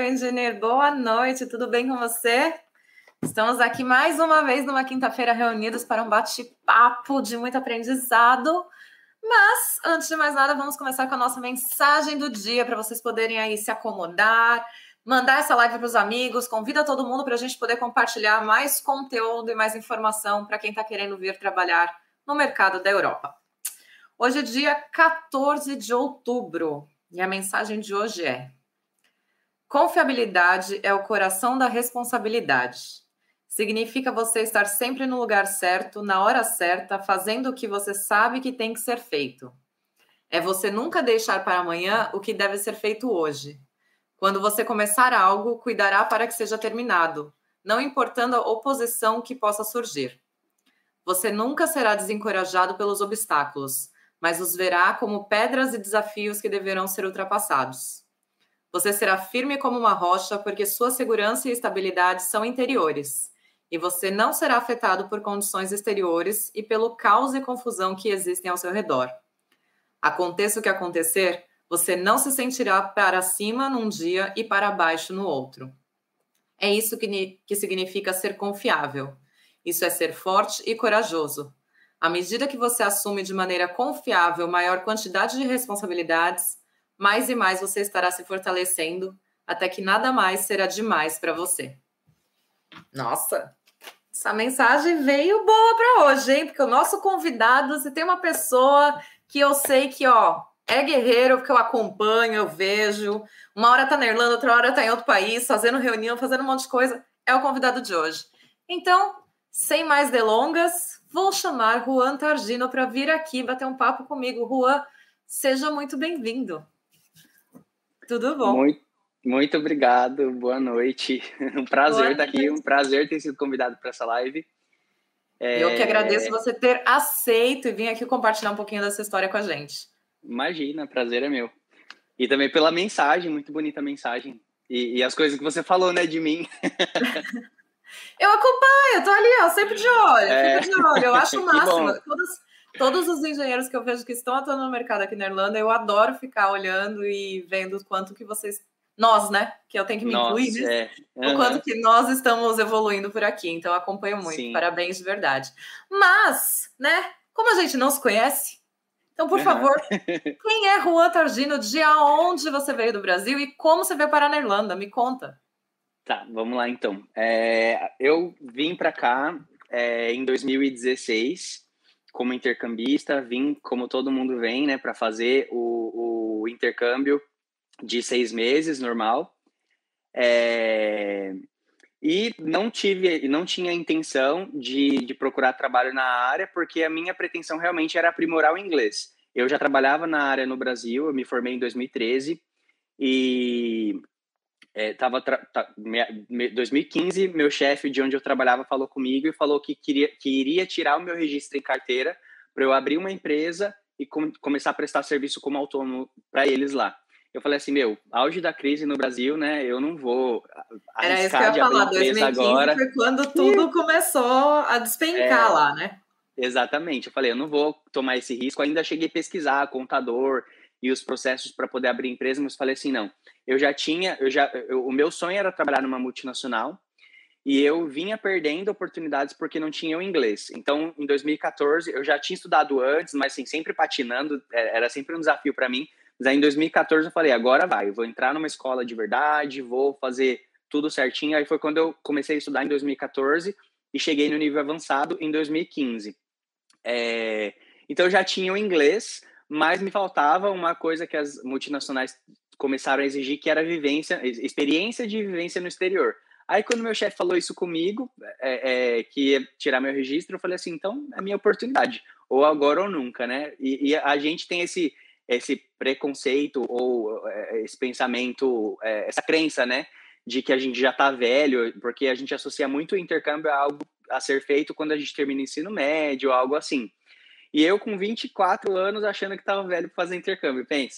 Engineer, boa noite, tudo bem com você? Estamos aqui mais uma vez numa quinta-feira reunidos para um bate-papo de muito aprendizado. Mas, antes de mais nada, vamos começar com a nossa mensagem do dia para vocês poderem aí se acomodar, mandar essa live para os amigos, convida todo mundo para a gente poder compartilhar mais conteúdo e mais informação para quem está querendo vir trabalhar no mercado da Europa. Hoje é dia 14 de outubro e a mensagem de hoje é: confiabilidade é o coração da responsabilidade. Significa você estar sempre no lugar certo, na hora certa, fazendo o que você sabe que tem que ser feito. É você nunca deixar para amanhã o que deve ser feito hoje. Quando você começar algo, cuidará para que seja terminado, não importando a oposição que possa surgir. Você nunca será desencorajado pelos obstáculos, mas os verá como pedras e desafios que deverão ser ultrapassados. Você será firme como uma rocha porque sua segurança e estabilidade são interiores. E você não será afetado por condições exteriores e pelo caos e confusão que existem ao seu redor. Aconteça o que acontecer, você não se sentirá para cima num dia e para baixo no outro. É isso que significa ser confiável. Isso é ser forte e corajoso. À medida que você assume de maneira confiável maior quantidade de responsabilidades, mais e mais você estará se fortalecendo, até que nada mais será demais para você. Nossa, essa mensagem veio boa para hoje, hein? Porque o nosso convidado, se tem uma pessoa que eu sei que, é guerreiro, porque eu acompanho, eu vejo, uma hora tá na Irlanda, outra hora tá em outro país, fazendo reunião, fazendo um monte de coisa, é o convidado de hoje. Então, sem mais delongas, vou chamar Juan Targino para vir aqui bater um papo comigo. Juan, seja muito bem-vindo. Tudo bom? Muito obrigado, boa noite. Um prazer estar aqui, um prazer ter sido convidado para essa live. Eu que agradeço você ter aceito e vir aqui compartilhar um pouquinho dessa história com a gente. Imagina, prazer é meu. E também pela mensagem, muito bonita a mensagem. E as coisas que você falou, né, de mim. Eu acompanho, tô ali, sempre de olho, fico de olho. Eu acho o máximo. Todos os engenheiros que eu vejo que estão atuando no mercado aqui na Irlanda, eu adoro ficar olhando e vendo o quanto que vocês... Nós, né? Que eu tenho que me incluir nisso. O quanto que nós estamos evoluindo por aqui. Então, eu acompanho muito. Sim. Parabéns de verdade. Mas, né? Como a gente não se conhece, então, por favor, quem é Juan Targino? De onde você veio do Brasil e como você veio parar na Irlanda? Me conta. Tá, vamos lá então. Eu vim para cá em 2016 como intercambista, vim como todo mundo vem, né, para fazer o intercâmbio de 6 meses, normal. E não tinha intenção de procurar trabalho na área, porque a minha pretensão realmente era aprimorar o inglês. Eu já trabalhava na área no Brasil, eu me formei em 2013 e 2015, meu chefe de onde eu trabalhava falou comigo e falou que iria tirar o meu registro em carteira para eu abrir uma empresa e começar a prestar serviço como autônomo para eles lá. Eu falei assim, auge da crise no Brasil, né? Eu não vou arriscar de abrir empresa agora. 2015 foi quando tudo começou a despencar lá, né? Exatamente. Eu falei, eu não vou tomar esse risco. Ainda cheguei a pesquisar contador e os processos para poder abrir empresa, mas falei assim, não. O meu sonho era trabalhar numa multinacional e eu vinha perdendo oportunidades porque não tinha o inglês. Então, em 2014, eu já tinha estudado antes, mas assim, sempre patinando, era sempre um desafio para mim. Mas aí em 2014 eu falei, agora vai, eu vou entrar numa escola de verdade, vou fazer tudo certinho. Aí foi quando eu comecei a estudar em 2014 e cheguei no nível avançado em 2015. Então eu já tinha o inglês, mas me faltava uma coisa que as multinacionais começaram a exigir, que era experiência de vivência no exterior. Aí quando meu chefe falou isso comigo, que ia tirar meu registro, eu falei assim, então é minha oportunidade, ou agora ou nunca, né? E a gente tem esse preconceito ou esse pensamento, essa crença, né, de que a gente já tá velho, porque a gente associa muito o intercâmbio a algo a ser feito quando a gente termina o ensino médio, algo assim. E eu com 24 anos achando que tava velho para fazer intercâmbio, pensa.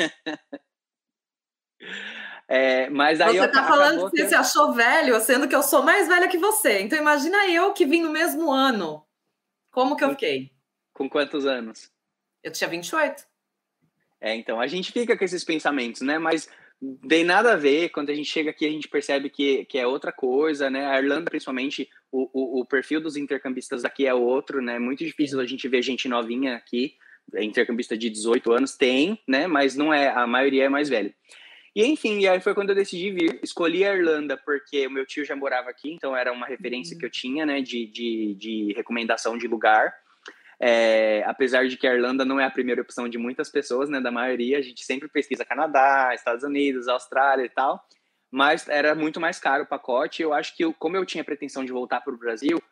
Mas aí você tá falando que você se achou velho, sendo que eu sou mais velha que você. Então imagina eu que vim no mesmo ano. Como que eu fiquei? Com quantos anos? Eu tinha 28. Então, a gente fica com esses pensamentos, né? Mas tem nada a ver. Quando a gente chega aqui, a gente percebe que é outra coisa, né? A Irlanda, principalmente, o perfil dos intercambistas aqui é outro, né? É muito difícil a gente ver gente novinha aqui, intercambista de 18 anos, tem, né? Mas não é, a maioria é mais velha. E enfim, e aí foi quando eu decidi vir. Escolhi a Irlanda porque o meu tio já morava aqui, então era uma referência que eu tinha, né? De recomendação de lugar. Apesar de que a Irlanda não é a primeira opção de muitas pessoas, né, da maioria, a gente sempre pesquisa Canadá, Estados Unidos, Austrália e tal, mas era muito mais caro o pacote. Eu acho que, como eu tinha pretensão de voltar para o Brasil,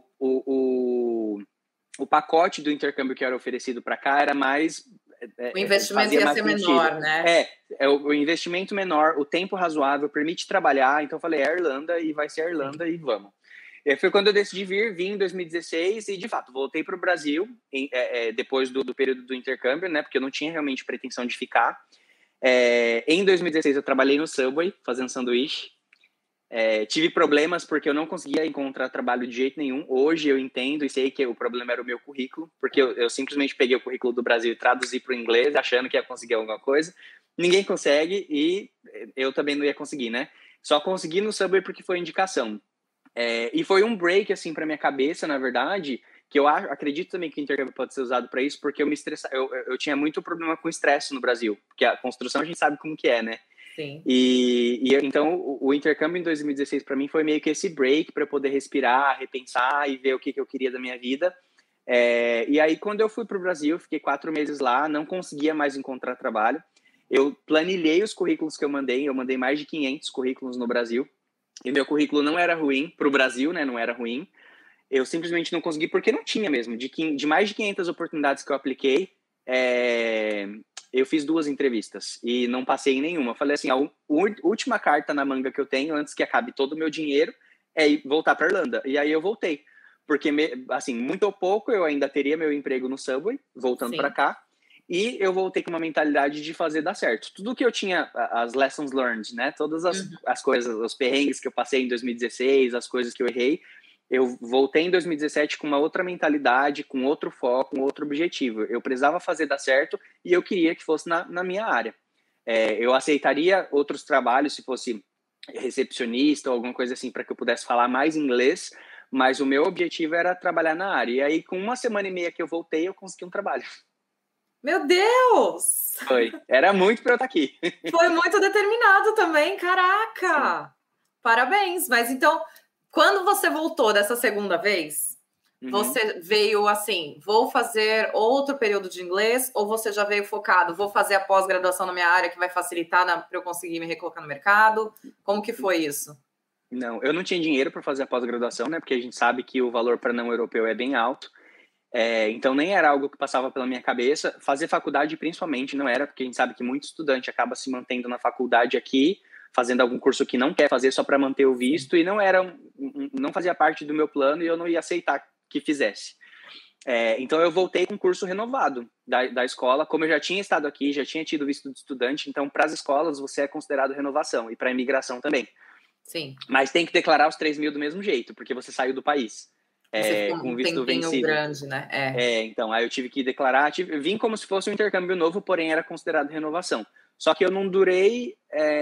o pacote do intercâmbio que era oferecido para cá era mais... O investimento ia ser menor, né? O investimento menor, o tempo razoável, permite trabalhar, então eu falei, é a Irlanda e vai ser a Irlanda e vamos. E foi quando eu decidi vim em 2016 e, de fato, voltei para o Brasil depois do período do intercâmbio, né? Porque eu não tinha realmente pretensão de ficar. Em 2016, eu trabalhei no Subway, fazendo sanduíche. Tive problemas porque eu não conseguia encontrar trabalho de jeito nenhum. Hoje eu entendo e sei que o problema era o meu currículo, porque eu simplesmente peguei o currículo do Brasil e traduzi para o inglês, achando que ia conseguir alguma coisa. Ninguém consegue e eu também não ia conseguir, né? Só consegui no Subway porque foi indicação. E foi um break, assim, para minha cabeça, na verdade, que eu acredito também que o intercâmbio pode ser usado para isso, porque eu me estressava, eu tinha muito problema com estresse no Brasil, porque a construção a gente sabe como que é, né? Sim. Então, o intercâmbio em 2016 para mim foi meio que esse break para poder respirar, repensar e ver o que eu queria da minha vida. E aí, quando eu fui para o Brasil, fiquei 4 meses lá, não conseguia mais encontrar trabalho. Eu planilhei os currículos que eu mandei mais de 500 currículos no Brasil. E meu currículo não era ruim para o Brasil, né? Não era ruim. Eu simplesmente não consegui porque não tinha mesmo. De mais de 500 oportunidades que eu apliquei, eu fiz 2 entrevistas e não passei em nenhuma. Falei assim, a última carta na manga que eu tenho antes que acabe todo o meu dinheiro é voltar para Irlanda. E aí eu voltei. Porque, assim, muito ou pouco eu ainda teria meu emprego no Subway, voltando para cá. E eu voltei com uma mentalidade de fazer dar certo. Tudo que eu tinha, as lessons learned, né? Todas as coisas, os perrengues que eu passei em 2016, as coisas que eu errei, eu voltei em 2017 com uma outra mentalidade, com outro foco, com outro objetivo. Eu precisava fazer dar certo e eu queria que fosse na minha área. Eu aceitaria outros trabalhos se fosse recepcionista ou alguma coisa assim para que eu pudesse falar mais inglês, mas o meu objetivo era trabalhar na área. E aí, com 1 semana e meia que eu voltei, eu consegui um trabalho. Meu Deus! Foi. Era muito para eu estar aqui. Foi muito determinado também, caraca! Sim. Parabéns! Mas então, quando você voltou dessa segunda vez, você veio assim, vou fazer outro período de inglês, ou você já veio focado, vou fazer a pós-graduação na minha área que vai facilitar para eu conseguir me recolocar no mercado? Como que foi isso? Não, eu não tinha dinheiro para fazer a pós-graduação, né? Porque a gente sabe que o valor para não europeu é bem alto. Então nem era algo que passava pela minha cabeça. Fazer faculdade principalmente não era, porque a gente sabe que muito estudante acaba se mantendo na faculdade aqui, fazendo algum curso que não quer fazer só para manter o visto. Sim. E não fazia parte do meu plano e eu não ia aceitar que fizesse. Então eu voltei com um curso renovado da escola. Como eu já tinha estado aqui, já tinha tido visto de estudante, então para as escolas você é considerado renovação e para a imigração também. Sim. Mas tem que declarar os 3 mil do mesmo jeito, porque você saiu do país. Você ficou com um visto vencido. Grande, né? Então, aí eu tive que declarar, vim como se fosse um intercâmbio novo, porém era considerado renovação. Só que eu não durei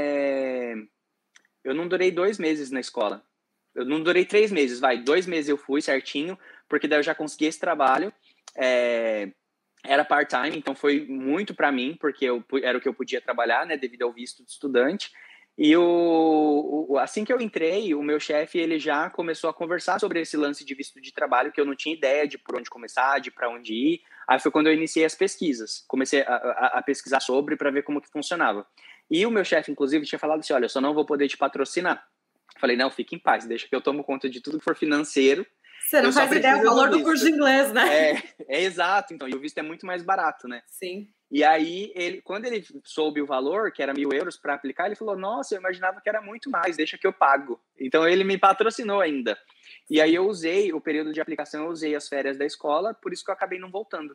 2 meses na escola. Eu não durei 3 meses, 2 meses eu fui certinho, porque daí eu já consegui esse trabalho. Era part-time, então foi muito para mim, porque era o que eu podia trabalhar, né, devido ao visto de estudante. E assim que eu entrei, o meu chefe ele já começou a conversar sobre esse lance de visto de trabalho, que eu não tinha ideia de por onde começar, de para onde ir. Aí foi quando eu iniciei as pesquisas. Comecei a pesquisar sobre para ver como que funcionava. E o meu chefe, inclusive, tinha falado assim, olha, eu só não vou poder te patrocinar. Falei, não, fique em paz, deixa que eu tomo conta de tudo que for financeiro. Você não faz ideia do valor do curso de inglês, né? Exato. Então, e o visto é muito mais barato, né? Sim. E aí, quando ele soube o valor, que era 1.000 euros para aplicar, ele falou, nossa, eu imaginava que era muito mais, deixa que eu pago. Então, ele me patrocinou ainda. E aí, eu usei o período de aplicação, eu usei as férias da escola, por isso que eu acabei não voltando.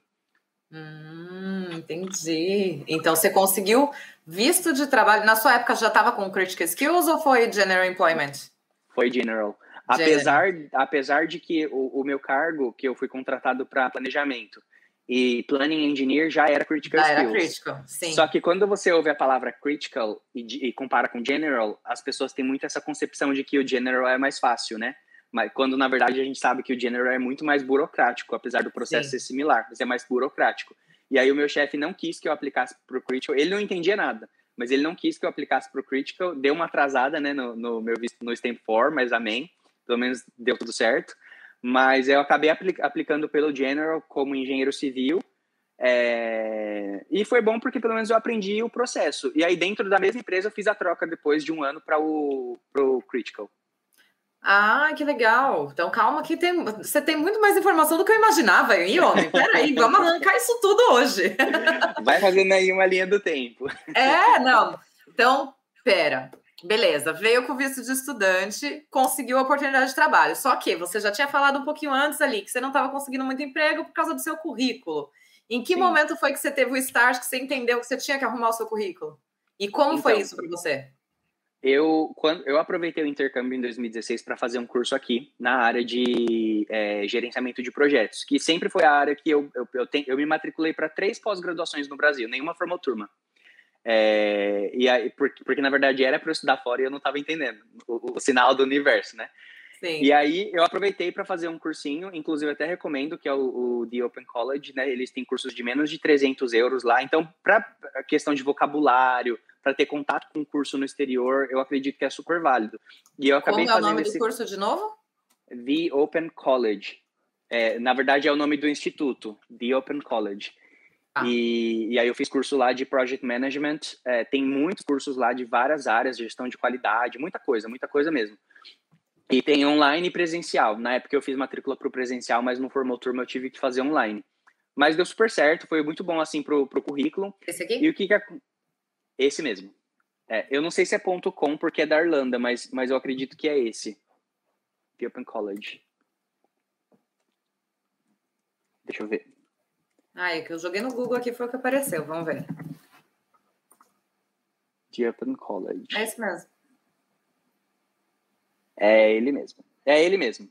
Entendi. Então, você conseguiu visto de trabalho. Na sua época, já estava com Critical Skills ou foi General Employment? Foi General. Apesar de que o meu cargo, que eu fui contratado para planejamento, E Planning Engineer já era Critical Já era Skills. critical, sim. Só que quando você ouve a palavra Critical e compara com General, as pessoas têm muito essa concepção de que o General é mais fácil, né? Mas quando, na verdade, a gente sabe que o General é muito mais burocrático, apesar do processo ser similar, mas é mais burocrático. E aí o meu chefe não quis que eu aplicasse para o Critical, ele não entendia nada, mas ele não quis que eu aplicasse para o Critical, deu uma atrasada, né, no meu visto no Stamp 4, mas amém, pelo menos deu tudo certo. Mas eu acabei aplicando pelo General como engenheiro civil, e foi bom porque pelo menos eu aprendi o processo. E aí dentro da mesma empresa eu fiz a troca depois de um ano para pro Critical. Ah, que legal. Então, calma que você tem muito mais informação do que eu imaginava aí, homem. Peraí, vamos arrancar isso tudo hoje. Vai fazendo aí uma linha do tempo. Não. Então, pera. Beleza, veio com visto de estudante, conseguiu a oportunidade de trabalho. Só que você já tinha falado um pouquinho antes ali que você não estava conseguindo muito emprego por causa do seu currículo. Em que momento foi que você teve o start, que você entendeu que você tinha que arrumar o seu currículo? E como foi isso para você? Eu aproveitei o intercâmbio em 2016 para fazer um curso aqui na área de gerenciamento de projetos, que sempre foi a área que eu me matriculei para 3 pós-graduações no Brasil, nenhuma formou turma. E aí, porque na verdade era para eu estudar fora e eu não estava entendendo o sinal do universo, né? Sim. E aí eu aproveitei para fazer um cursinho, inclusive até recomendo, que é o The Open College, né? Eles têm cursos de menos de 300 euros lá, então para a questão de vocabulário, para ter contato com um curso no exterior, eu acredito que é super válido. E eu acabei Como é o nome do curso de novo? The Open College. Na verdade, é o nome do instituto, The Open College. E aí eu fiz curso lá de Project Management. Tem muitos cursos lá de várias áreas, gestão de qualidade, muita coisa mesmo. E tem online e presencial. Na época eu fiz matrícula para o presencial, mas não formou turma, eu tive que fazer online. Mas deu super certo, foi muito bom assim pro currículo. Esse aqui? E o que esse mesmo. Eu não sei se é .com porque é da Irlanda, mas eu acredito que é esse. The Open College. Deixa eu ver. É que eu joguei no Google aqui, foi o que apareceu. Vamos ver. The Open College. É esse mesmo. É ele mesmo.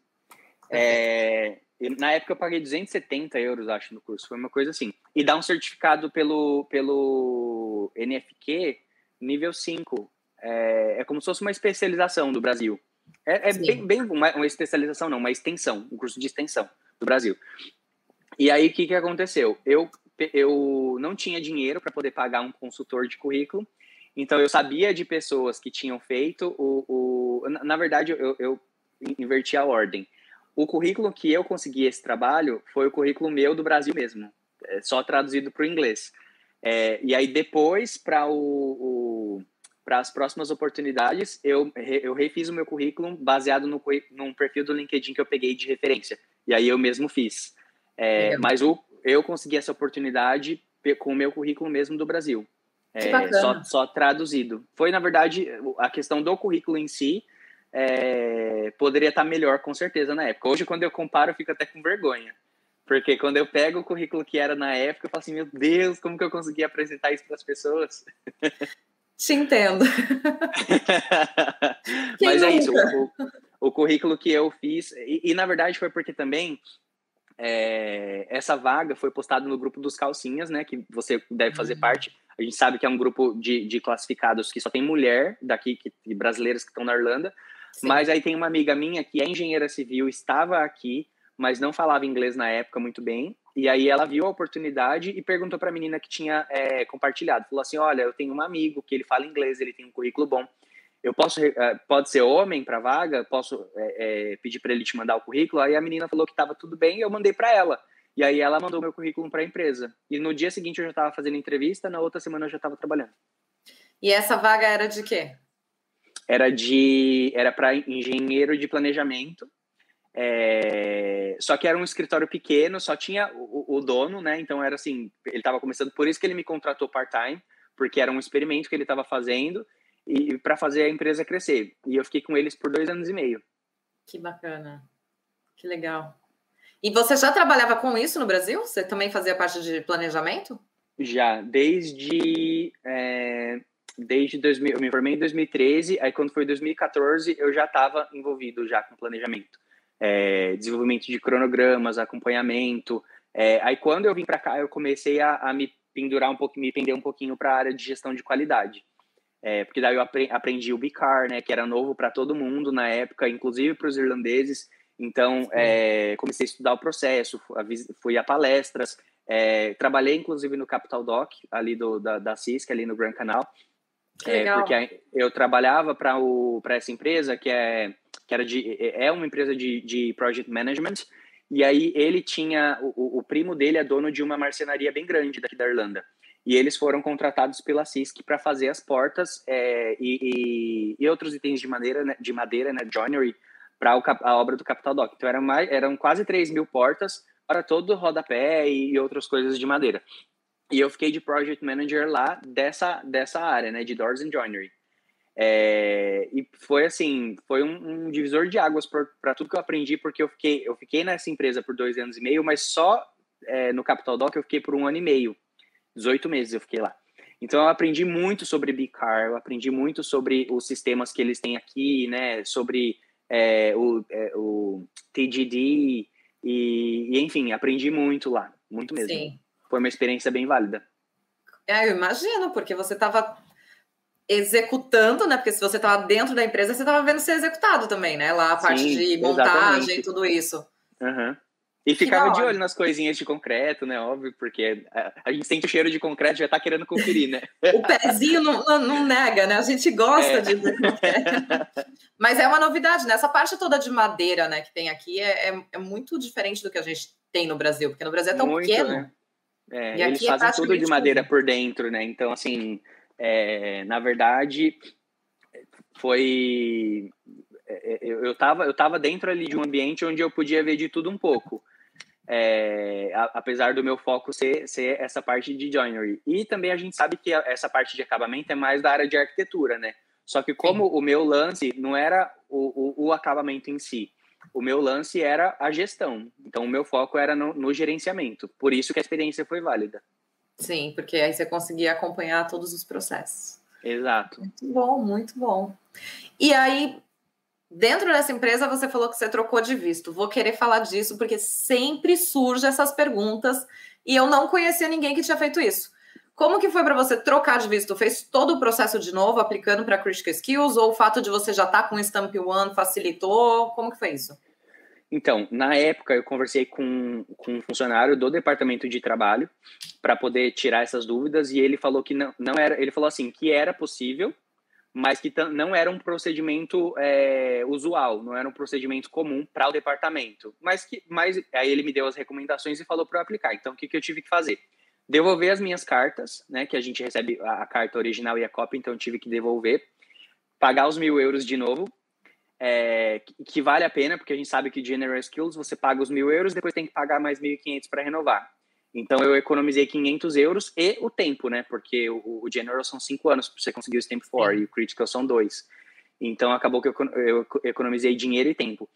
Na época eu paguei 270 euros, acho, no curso. Foi uma coisa assim. E dá um certificado pelo NFQ nível 5. É como se fosse uma especialização do Brasil. Bem uma especialização, não, uma extensão, um curso de extensão do Brasil. E aí, o que aconteceu? Eu não tinha dinheiro para poder pagar um consultor de currículo, então eu sabia de pessoas que tinham feito na verdade, eu inverti a ordem. O currículo que eu consegui esse trabalho foi o currículo meu do Brasil mesmo, só traduzido para o inglês. E aí, depois, para as próximas oportunidades, eu refiz o meu currículo baseado num perfil do LinkedIn que eu peguei de referência. E aí eu mesmo fiz. Mas eu consegui essa oportunidade com o meu currículo mesmo do Brasil. Que bacana. Só traduzido. Foi, na verdade, a questão do currículo em si poderia estar melhor, com certeza, na época. Hoje, quando eu comparo, eu fico até com vergonha. Porque quando eu pego o currículo que era na época, eu falo assim, meu Deus, como que eu consegui apresentar isso para as pessoas? Te entendo. Mas é isso, o currículo que eu fiz, e na verdade foi porque também essa vaga foi postada no grupo dos calcinhas, né, que você deve fazer parte. A gente sabe que é um grupo de classificados que só tem mulher daqui, brasileiras que estão na Irlanda. Sim. Mas aí tem uma amiga minha que é engenheira civil, estava aqui, mas não falava inglês na época muito bem. E aí ela viu a oportunidade e perguntou para a menina que tinha compartilhado. Falou assim, olha, eu tenho um amigo que ele fala inglês, ele tem um currículo bom. Eu posso, pode ser homem para vaga? Posso pedir para ele te mandar o currículo? Aí a menina falou que estava tudo bem e eu mandei para ela. E aí ela mandou meu currículo para a empresa. E no dia seguinte eu já estava fazendo entrevista, na outra semana eu já estava trabalhando. E essa vaga era de quê? Era para engenheiro de planejamento. Só que era um escritório pequeno, só tinha o dono, né? Então era assim, ele estava começando, por isso que ele me contratou part-time, porque era um experimento que ele estava fazendo e para fazer a empresa crescer. E eu fiquei com eles por 2 anos e meio. Que bacana, que legal. E você já trabalhava com isso no Brasil? Você também fazia parte de planejamento? Já, desde 2000, eu me formei em 2013, aí quando foi 2014 eu já estava envolvido já com planejamento. Desenvolvimento de cronogramas, acompanhamento, Aí quando eu vim para cá, eu comecei a me pendurar me pender um pouquinho para a área de gestão de qualidade. Porque daí eu aprendi o BICAR, né, que era novo para todo mundo na época, inclusive para os irlandeses. Então, comecei a estudar o processo, fui a palestras, trabalhei inclusive no Capital Doc, ali da CISC, ali no Grand Canal, porque eu trabalhava para essa empresa é uma empresa de project management, e aí ele tinha, o primo dele é dono de uma marcenaria bem grande daqui da Irlanda, e eles foram contratados pela CISC para fazer as portas e outros itens de madeira, né, joinery, para a obra do Capital Dock. Então eram quase 3.000 portas para todo o rodapé e outras coisas de madeira. E eu fiquei de project manager lá dessa área, né, de doors and joinery. E foi assim, foi um divisor de águas para tudo que eu aprendi, porque eu fiquei nessa empresa por 2 anos e meio, mas só no Capital Dock eu fiquei por 1 ano e meio, 18 meses eu fiquei lá. Então eu aprendi muito sobre BICAR, eu aprendi muito sobre os sistemas que eles têm aqui, né, sobre o TGD e enfim, aprendi muito lá, muito mesmo. Sim. Foi uma experiência bem válida. Eu imagino, porque você estava executando, né? Porque se você estava dentro da empresa, você estava vendo ser executado também, né? Lá a parte de montagem, tudo isso. Uhum. E ficava de olho nas coisinhas de concreto, né? Óbvio, porque a gente sente o cheiro de concreto e já tá querendo conferir, né? O pezinho não nega, né? A gente gosta de ver concreto. Mas é uma novidade, né? Essa parte toda de madeira, né, que tem aqui é muito diferente do que a gente tem no Brasil, porque no Brasil é tão muito, pequeno. Né? E eles fazem tudo de madeira por dentro, né? Então, assim, na verdade, foi... Eu tava dentro ali de um ambiente onde eu podia ver de tudo um pouco. Apesar do meu foco ser essa parte de joinery. E também a gente sabe que essa parte de acabamento é mais da área de arquitetura, né? Só que como o meu lance não era o acabamento em si, o meu lance era a gestão. Então, o meu foco era no gerenciamento. Por isso que a experiência foi válida. Sim, porque aí você conseguia acompanhar todos os processos. Exato. Muito bom, muito bom. E aí, dentro dessa empresa, você falou que você trocou de visto. Vou querer falar disso, porque sempre surgem essas perguntas e eu não conhecia ninguém que tinha feito isso. Como que foi para você trocar de visto? Fez todo o processo de novo, aplicando para Critical Skills, ou o fato de você já estar com o Stamp One facilitou? Como que foi isso? Então, na época, eu conversei com um funcionário do departamento de trabalho para poder tirar essas dúvidas, e ele falou que não era, ele falou assim, que era possível, mas que não era um procedimento usual, não era um procedimento comum para o departamento. Mas aí ele me deu as recomendações e falou para eu aplicar. Então, o que eu tive que fazer? Devolver as minhas cartas, né, que a gente recebe a carta original e a cópia, então eu tive que devolver, pagar os 1.000 euros de novo, que vale a pena, porque a gente sabe que General Skills você paga os 1.000 euros, depois tem que pagar mais 1.500 para renovar. Então eu economizei 500 euros e o tempo, né? Porque o General são 5 anos para você conseguir o Stamp 4 e o Critical são 2. Então acabou que eu economizei dinheiro e tempo.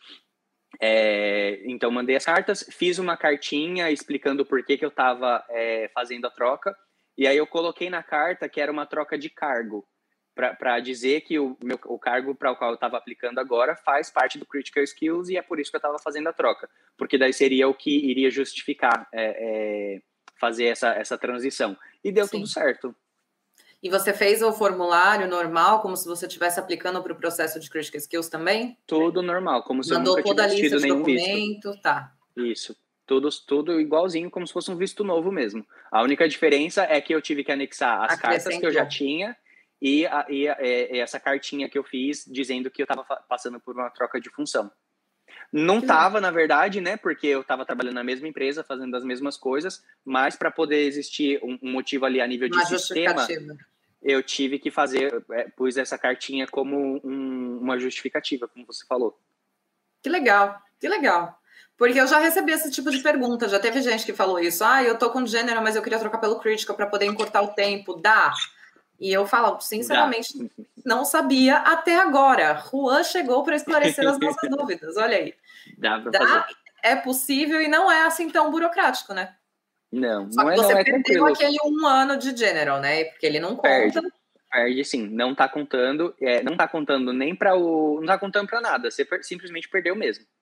Então mandei as cartas, fiz uma cartinha explicando por que eu estava fazendo a troca, e aí eu coloquei na carta que era uma troca de cargo, para dizer que o cargo para o qual eu estava aplicando agora faz parte do Critical Skills e é por isso que eu estava fazendo a troca, porque daí seria o que iria justificar fazer essa transição. E deu tudo certo. E você fez o formulário normal, como se você estivesse aplicando para o processo de Critical Skills também? Tudo normal, como se Mandou eu nunca tivesse tido nenhum documento, visto. Tá. Isso. Tudo igualzinho, como se fosse um visto novo mesmo. A única diferença é que eu tive que anexar as cartas que eu já tinha e essa cartinha que eu fiz dizendo que eu estava passando por uma troca de função. Não estava, na verdade, né? Porque eu estava trabalhando na mesma empresa, fazendo as mesmas coisas, mas para poder existir um motivo ali a nível de sistema, eu tive que pus essa cartinha como uma justificativa, como você falou. Que legal, que legal. Porque eu já recebi esse tipo de pergunta, já teve gente que falou isso. Eu tô com General, mas eu queria trocar pelo Critical para poder encurtar o tempo. Dá? E eu falo, sinceramente, não sabia até agora. Juan chegou para esclarecer as nossas dúvidas. Olha aí. Dá para fazer. É possível e não é assim tão burocrático, né? Não, Só não que é, você não é perdeu tranquilo. aquele 1 ano de General, né? Porque ele não conta. Perde sim, não tá contando. Não tá contando nem para não tá contando para nada. Você simplesmente perdeu mesmo.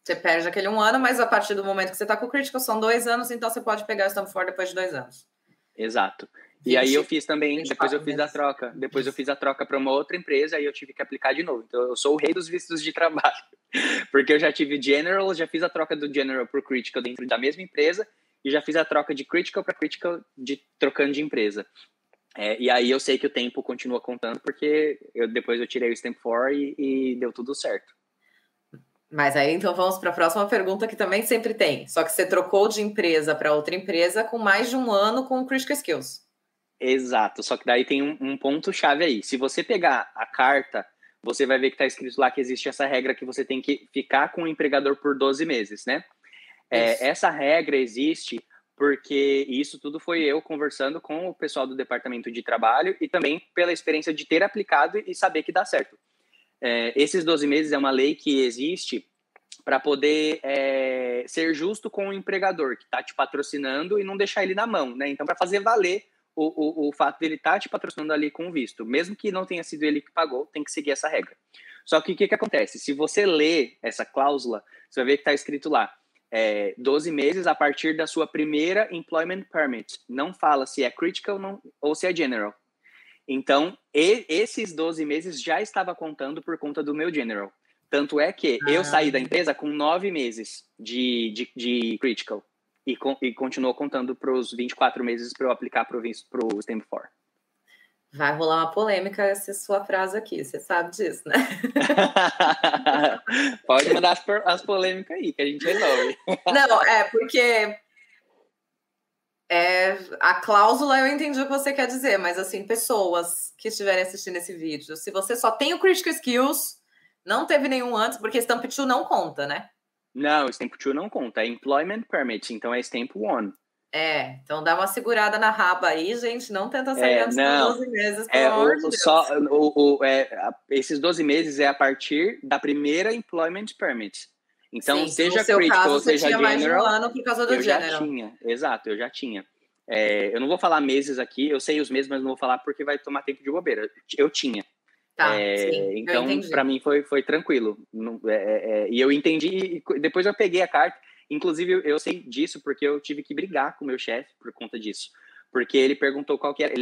Você perde aquele 1 ano, mas a partir do momento que você está com o Critical, são 2 anos, então você pode pegar o Stamp For depois de 2 anos. Exato. E aí eu fiz também, depois eu fiz meses. a troca. Depois eu fiz a troca para uma outra empresa e eu tive que aplicar de novo. Então eu sou o rei dos vistos de trabalho. Porque eu já tive General, já fiz a troca do General por Critical dentro da mesma empresa e já fiz a troca de Critical para Critical trocando de empresa. E aí eu sei que o tempo continua contando porque depois eu tirei o Stamp For e deu tudo certo. Mas aí, então, vamos para a próxima pergunta que também sempre tem. Só que você trocou de empresa para outra empresa com mais de 1 ano com o Critical Skills. Exato, só que daí tem um ponto-chave aí. Se você pegar a carta, você vai ver que está escrito lá que existe essa regra que você tem que ficar com o empregador por 12 meses, né? Essa regra existe porque isso tudo foi eu conversando com o pessoal do departamento de trabalho e também pela experiência de ter aplicado e saber que dá certo. Esses 12 meses é uma lei que existe para poder ser justo com o empregador que está te patrocinando e não deixar ele na mão, né? Então, para fazer valer o fato dele estar te patrocinando ali com o visto, mesmo que não tenha sido ele que pagou, tem que seguir essa regra. Só que o que acontece? Se você lê essa cláusula, você vai ver que está escrito lá, 12 meses a partir da sua primeira Employment Permit. Não fala se é Critical ou se é General. Então, esses 12 meses já estava contando por conta do meu General. Tanto é que eu saí da empresa com 9 meses de Critical e continuou contando para os 24 meses para eu aplicar para o Stamp For. Vai rolar uma polêmica essa sua frase aqui, você sabe disso, né? Pode mandar as polêmicas aí, que a gente resolve. Não, porque a cláusula eu entendi o que você quer dizer, mas assim, pessoas que estiverem assistindo esse vídeo, se você só tem o Critical Skills, não teve nenhum antes, porque Stamp 2 não conta, né? Não, Stamp 2 não conta, é Employment Permit, então é Stamp 1. Então dá uma segurada na raba aí, gente, não tenta sair antes dos 12 meses, pelo amor de Deus. Esses 12 meses é a partir da primeira Employment Permit. Então, sim, seja no seu Critical caso, ou seja General, mais de 1 ano por causa do eu General. já tinha, exato, eu já tinha. Eu não vou falar meses aqui, eu sei os meses, mas não vou falar porque vai tomar tempo de bobeira. Eu tinha. Sim, então, para mim foi tranquilo. E eu entendi, e depois eu peguei a carta. Inclusive, eu sei disso porque eu tive que brigar com o meu chefe por conta disso. Porque ele perguntou qual que era.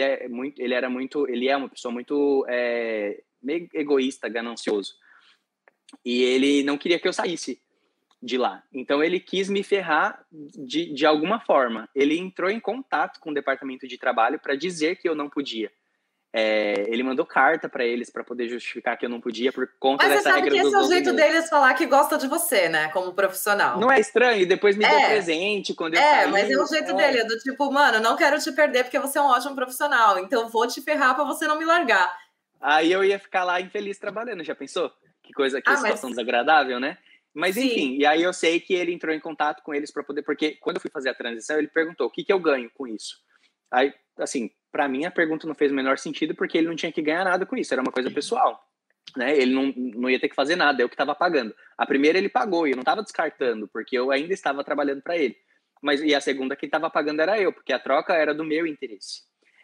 Ele é uma pessoa muito meio egoísta, ganancioso. E ele não queria que eu saísse de lá. Então, ele quis me ferrar de alguma forma. Ele entrou em contato com o departamento de trabalho para dizer que eu não podia. Ele mandou carta para eles para poder justificar que eu não podia por conta dessa regra dos 12 meses. Mas você sabe que esse é o jeito deles falar que gosta de você, né? Como profissional. Não é estranho? E depois me deu presente quando eu saí. Mas é o jeito dele, do tipo, mano, não quero te perder porque você é um ótimo profissional, então vou te ferrar para você não me largar. Aí eu ia ficar lá infeliz trabalhando, já pensou? Que situação desagradável, né? Mas enfim, e aí eu sei que ele entrou em contato com eles para poder, porque quando eu fui fazer a transição, ele perguntou, o que eu ganho com isso? Aí, assim, para mim a pergunta não fez o menor sentido porque ele não tinha que ganhar nada com isso, era uma coisa pessoal, né? Ele não ia ter que fazer nada, eu que estava pagando. A primeira ele pagou e eu não estava descartando, porque eu ainda estava trabalhando para ele. E a segunda que estava pagando era eu, porque a troca era do meu interesse.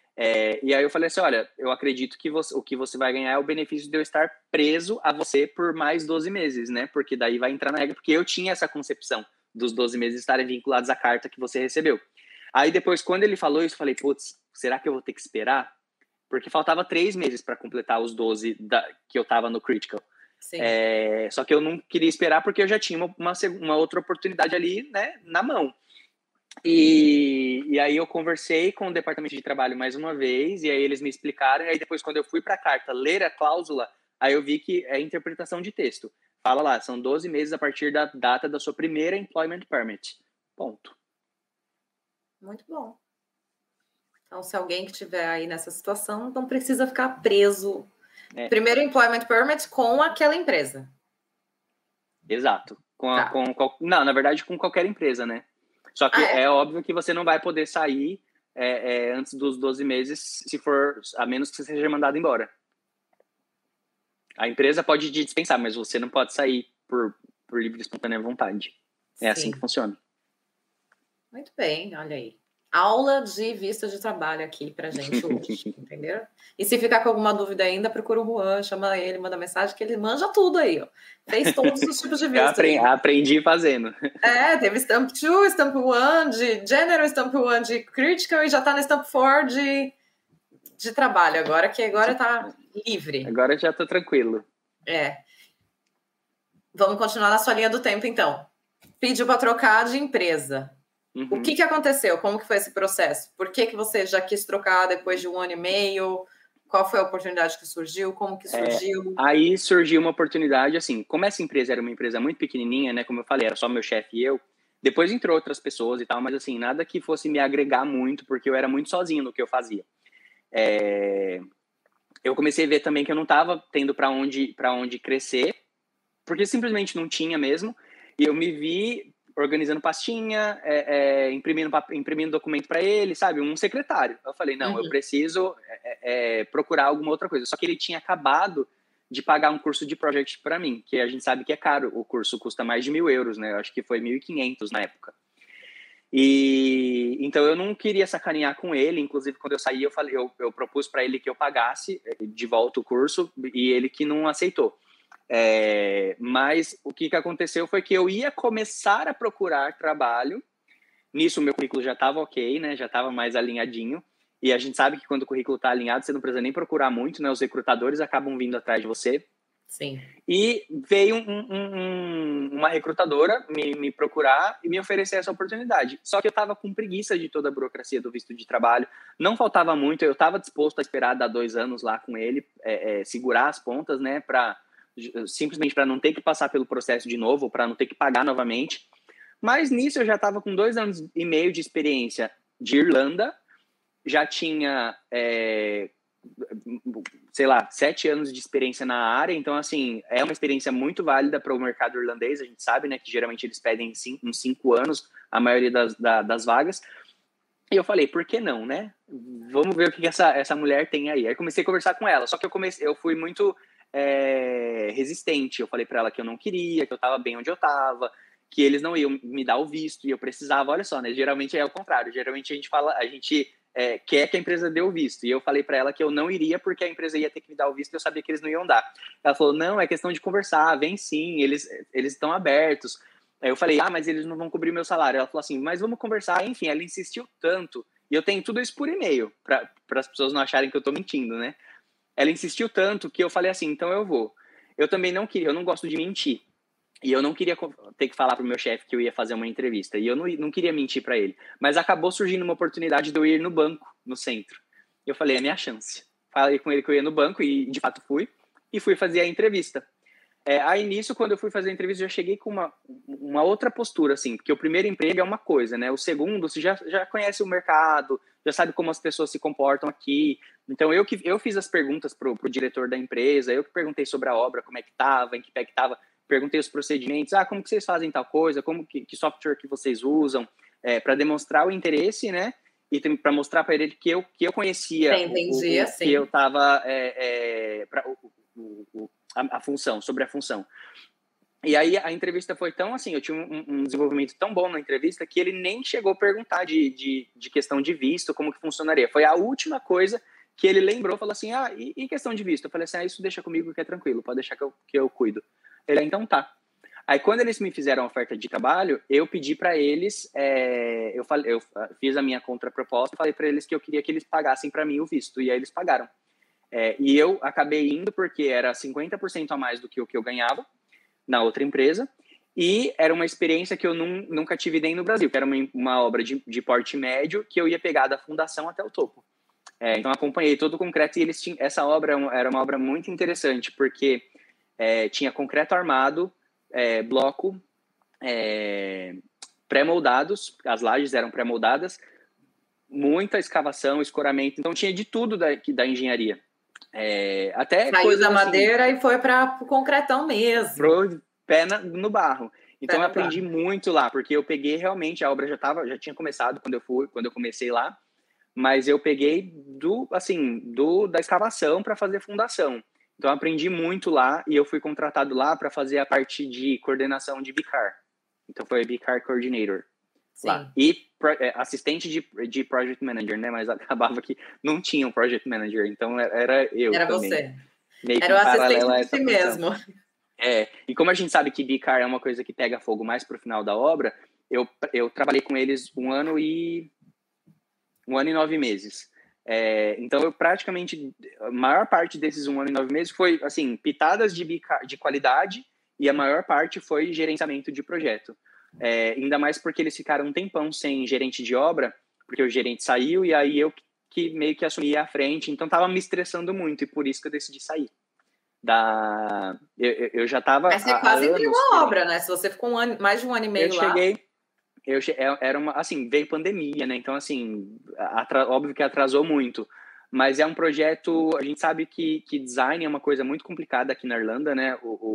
E aí eu falei assim, olha, eu acredito que o que você vai ganhar é o benefício de eu estar preso a você por mais 12 meses, né? Porque daí vai entrar na regra, porque eu tinha essa concepção dos 12 meses estarem vinculados à carta que você recebeu. Aí depois, quando ele falou isso, eu falei, putz, será que eu vou ter que esperar? Porque faltava 3 meses para completar os 12 que eu estava no Critical. Só que eu não queria esperar porque eu já tinha uma outra oportunidade ali, né, na mão. E aí eu conversei com o departamento de trabalho mais uma vez, e aí eles me explicaram, e aí depois quando eu fui para a carta ler a cláusula, aí eu vi que é interpretação de texto. Fala lá, são 12 meses a partir da data da sua primeira Employment Permit. Ponto. Muito bom. Então, se alguém que estiver aí nessa situação, não precisa ficar preso. Primeiro Employment Permit com aquela empresa. Exato. Não, na verdade, com qualquer empresa, né? Só que é óbvio que você não vai poder sair antes dos 12 meses, a menos que você seja mandado embora. A empresa pode te dispensar, mas você não pode sair por livre e espontânea vontade. É assim que funciona. Muito bem, olha aí. Aula de visto de trabalho aqui pra gente hoje, entendeu? E se ficar com alguma dúvida ainda, procura o Juan, chama ele, manda mensagem, que ele manja tudo aí, ó. Fez todos os tipos de visto. Eu aprendi fazendo. Teve Stamp 2, Stamp 1 de General, Stamp 1 de Critical e já tá no Stamp 4 de trabalho agora, que agora tá livre. Agora já tô tranquilo. Vamos continuar na sua linha do tempo, então. Pediu para trocar de empresa. Uhum. O que aconteceu? Como que foi esse processo? Por que você já quis trocar depois de 1 ano e meio? Qual foi a oportunidade que surgiu? Como que surgiu? Aí surgiu uma oportunidade, assim, como essa empresa era uma empresa muito pequenininha, né, como eu falei, era só meu chefe e eu, depois entrou outras pessoas e tal, mas assim, nada que fosse me agregar muito, porque eu era muito sozinho no que eu fazia. Eu comecei a ver também que eu não estava tendo para onde crescer, porque simplesmente não tinha mesmo, e eu me vi organizando pastinha, imprimindo documento para ele, sabe? Um secretário. Eu falei, não, eu preciso procurar alguma outra coisa. Só que ele tinha acabado de pagar um curso de project para mim, que a gente sabe que é caro. O curso custa mais de 1.000 euros, né? Eu acho que foi 1.500 na época. E então eu não queria sacanear com ele. Inclusive, quando eu saí, eu propus para ele que eu pagasse de volta o curso, e ele que não aceitou. Mas o que aconteceu foi que eu ia começar a procurar trabalho. Nisso o meu currículo já estava ok, né? Já estava mais alinhadinho. E a gente sabe que quando o currículo está alinhado, você não precisa nem procurar muito, né? Os recrutadores acabam vindo atrás de você. Sim. E veio uma recrutadora me procurar e me oferecer essa oportunidade. Só que eu estava com preguiça de toda a burocracia do visto de trabalho. Não faltava muito, eu estava disposto a esperar dar 2 anos lá com ele, segurar as pontas, né? Simplesmente para não ter que passar pelo processo de novo, para não ter que pagar novamente. Mas nisso eu já estava com 2 anos e meio de experiência de Irlanda, já tinha, 7 anos de experiência na área, então, assim, é uma experiência muito válida para o mercado irlandês, a gente sabe, né, que geralmente eles pedem uns 5 anos, a maioria das vagas. E eu falei, por que não, né? Vamos ver o que essa mulher tem aí. Aí comecei a conversar com ela, só que eu fui muito resistente. Eu falei para ela que eu não queria, que eu estava bem onde eu estava, que eles não iam me dar o visto e eu precisava. Olha só, né? Geralmente é o contrário. Geralmente a gente quer que a empresa dê o visto. E eu falei para ela que eu não iria porque a empresa ia ter que me dar o visto e eu sabia que eles não iam dar. Ela falou, não, é questão de conversar, vem sim, eles estão abertos. Aí eu falei, mas eles não vão cobrir meu salário. Ela falou assim, mas vamos conversar. Enfim, ela insistiu tanto. E eu tenho tudo isso por e-mail, para as pessoas não acharem que eu tô mentindo, né? Ela insistiu tanto que eu falei assim, então eu vou. Eu também não queria, eu não gosto de mentir. E eu não queria ter que falar pro meu chefe que eu ia fazer uma entrevista. E eu não queria mentir para ele. Mas acabou surgindo uma oportunidade de eu ir no banco, no centro. E eu falei, é minha chance. Falei com ele que eu ia no banco e, de fato, fui. E fui fazer a entrevista. Aí, nisso, quando eu fui fazer a entrevista, eu já cheguei com uma outra postura, assim. Porque o primeiro emprego é uma coisa, né? O segundo, você já conhece o mercado, já sabe como as pessoas se comportam aqui. Então, eu fiz as perguntas pro diretor da empresa, eu que perguntei sobre a obra, como é que estava, em que pé que estava. Perguntei os procedimentos, como que vocês fazem tal coisa, que software que vocês usam, para demonstrar o interesse, né? E para mostrar para ele que eu conhecia que eu estava a função, sobre a função. E aí a entrevista foi tão assim, eu tinha um desenvolvimento tão bom na entrevista que ele nem chegou a perguntar de questão de visto, como que funcionaria. Foi a última coisa que ele lembrou, falou assim, e questão de visto? Eu falei assim, isso deixa comigo que é tranquilo, pode deixar que eu cuido. Ele, então tá. Aí quando eles me fizeram a oferta de trabalho, eu pedi para eles, eu fiz a minha contraproposta, falei para eles que eu queria que eles pagassem para mim o visto, e aí eles pagaram. E eu acabei indo porque era 50% a mais do que o que eu ganhava na outra empresa, e era uma experiência que eu nunca tive nem no Brasil, que era uma obra de porte médio que eu ia pegar da fundação até o topo. Então acompanhei todo o concreto e essa obra era uma obra muito interessante, porque tinha concreto armado, bloco, pré-moldados, as lajes eram pré-moldadas, muita escavação, escoramento, então tinha de tudo da engenharia. Até saiu da madeira e foi para o concretão mesmo. Pro pé no barro. Então eu aprendi muito lá, porque eu peguei realmente, a obra já tinha começado quando eu comecei lá, mas eu peguei da escavação para fazer fundação. Então eu aprendi muito lá e eu fui contratado lá para fazer a parte de coordenação de BICAR. Então foi BICAR Coordinator. lá. Sim. E assistente de project manager, né? Mas acabava que não tinha um project manager, então era eu Era também. você. Meio que Era o em assistente paralelo a de essa si função. mesmo. E como a gente sabe que BCAR é uma coisa que pega fogo mais pro final da obra, eu trabalhei com eles 1 ano e 9 meses. Então, eu praticamente, a maior parte desses 1 ano e 9 meses foi, assim, pitadas de qualidade e a maior parte foi gerenciamento de projeto. Ainda mais porque eles ficaram um tempão sem gerente de obra, porque o gerente saiu e aí eu que meio que assumi a frente, então tava me estressando muito e por isso que eu decidi sair. Eu já tava Mas você há quase criou anos uma querendo. obra, né? Se você ficou mais de 1 ano e Eu meio lá. cheguei, era uma, assim, veio pandemia, né? Então, assim, óbvio que atrasou muito. Mas é um projeto, a gente sabe que design é uma coisa muito complicada aqui na Irlanda, né?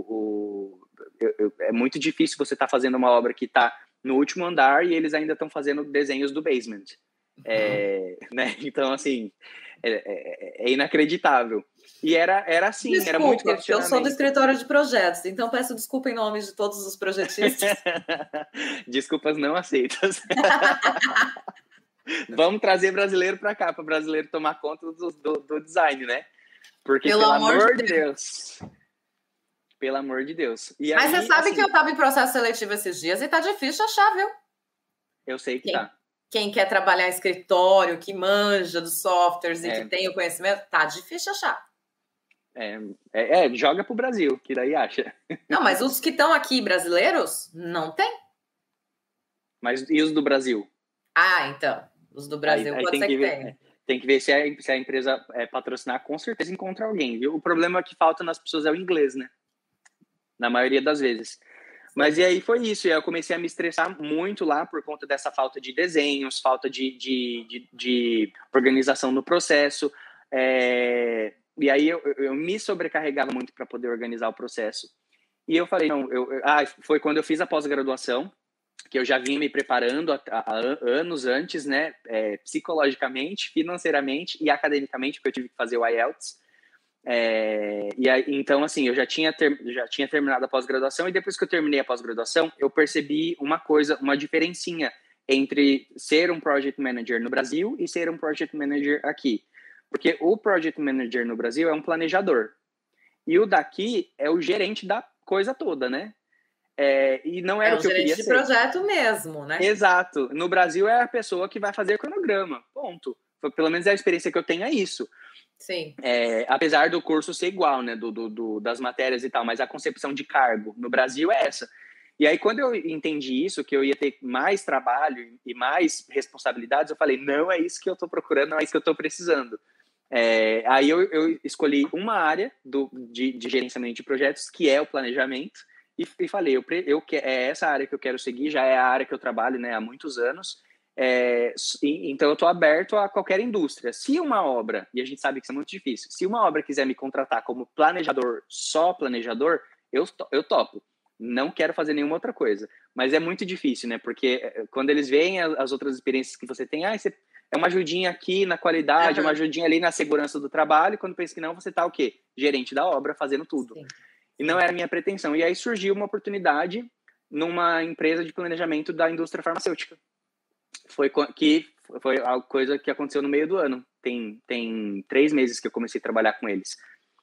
É muito difícil você estar fazendo uma obra que está no último andar e eles ainda estão fazendo desenhos do basement. Né? Então, assim, é inacreditável. E era assim, era muito Desculpe, porque eu sou do questionamento. escritório de projetos, então peço desculpa em nome de todos os projetistas. Desculpas não aceitas. Vamos trazer brasileiro para cá, para brasileiro tomar conta do design, né? Porque, pelo amor de Deus. Pelo amor de Deus. E mas aí, você sabe assim, que eu estava em processo seletivo esses dias e tá difícil achar, viu? eu sei que tá. Quem quer trabalhar em escritório, que manja dos softwares e que tem o conhecimento, tá difícil achar. Joga pro Brasil, que daí acha. Não, mas os que estão aqui brasileiros, não tem. Mas e os do Brasil? Ah, então. Os do Brasil Aí pode tem ser que que ver, tenha. tem que ver se a empresa patrocinar, com certeza encontra alguém, viu? O problema que falta nas pessoas é o inglês, né? Na maioria das vezes. Mas e aí foi isso, eu comecei a me estressar muito lá por conta dessa falta de desenhos, falta de organização no processo, e aí eu me sobrecarregava muito para poder organizar o processo. E eu falei, não, foi quando eu fiz a pós-graduação, que eu já vinha me preparando há anos antes, né, psicologicamente, financeiramente e academicamente, porque eu tive que fazer o IELTS. E aí, então, assim, eu já tinha terminado a pós-graduação e depois que eu terminei a pós-graduação, eu percebi uma diferencinha entre ser um project manager no Brasil e ser um project manager aqui. Porque o project manager no Brasil é um planejador e o daqui é o gerente da coisa toda, né? E não era o que eu queria gerente de ser. projeto mesmo, né? Exato. No Brasil é a pessoa que vai fazer cronograma, ponto. Pelo menos a experiência que eu tenho é isso. Sim. Apesar do curso ser igual, né, das matérias e tal, mas a concepção de cargo no Brasil é essa. E aí, quando eu entendi isso, que eu ia ter mais trabalho e mais responsabilidades, eu falei, não é isso que eu estou procurando, não é isso que eu estou precisando. Aí eu escolhi uma área de gerenciamento de projetos, que é o planejamento, e falei, é essa área que eu quero seguir, já é a área que eu trabalho, né, há muitos anos. Então eu estou aberto a qualquer indústria. Se uma obra, e a gente sabe que isso é muito difícil, se uma obra quiser me contratar como planejador, só planejador, eu topo. Não quero fazer nenhuma outra coisa. Mas é muito difícil, né? Porque quando eles veem as outras experiências que você tem, você é uma ajudinha aqui na qualidade, uma ajudinha ali na segurança do trabalho, e quando pensa que não, você tá o quê? Gerente da obra, fazendo tudo. Sim. E não era a minha pretensão. E aí surgiu uma oportunidade numa empresa de planejamento da indústria farmacêutica. Foi a coisa que aconteceu no meio do ano. Tem 3 meses que eu comecei a trabalhar com eles.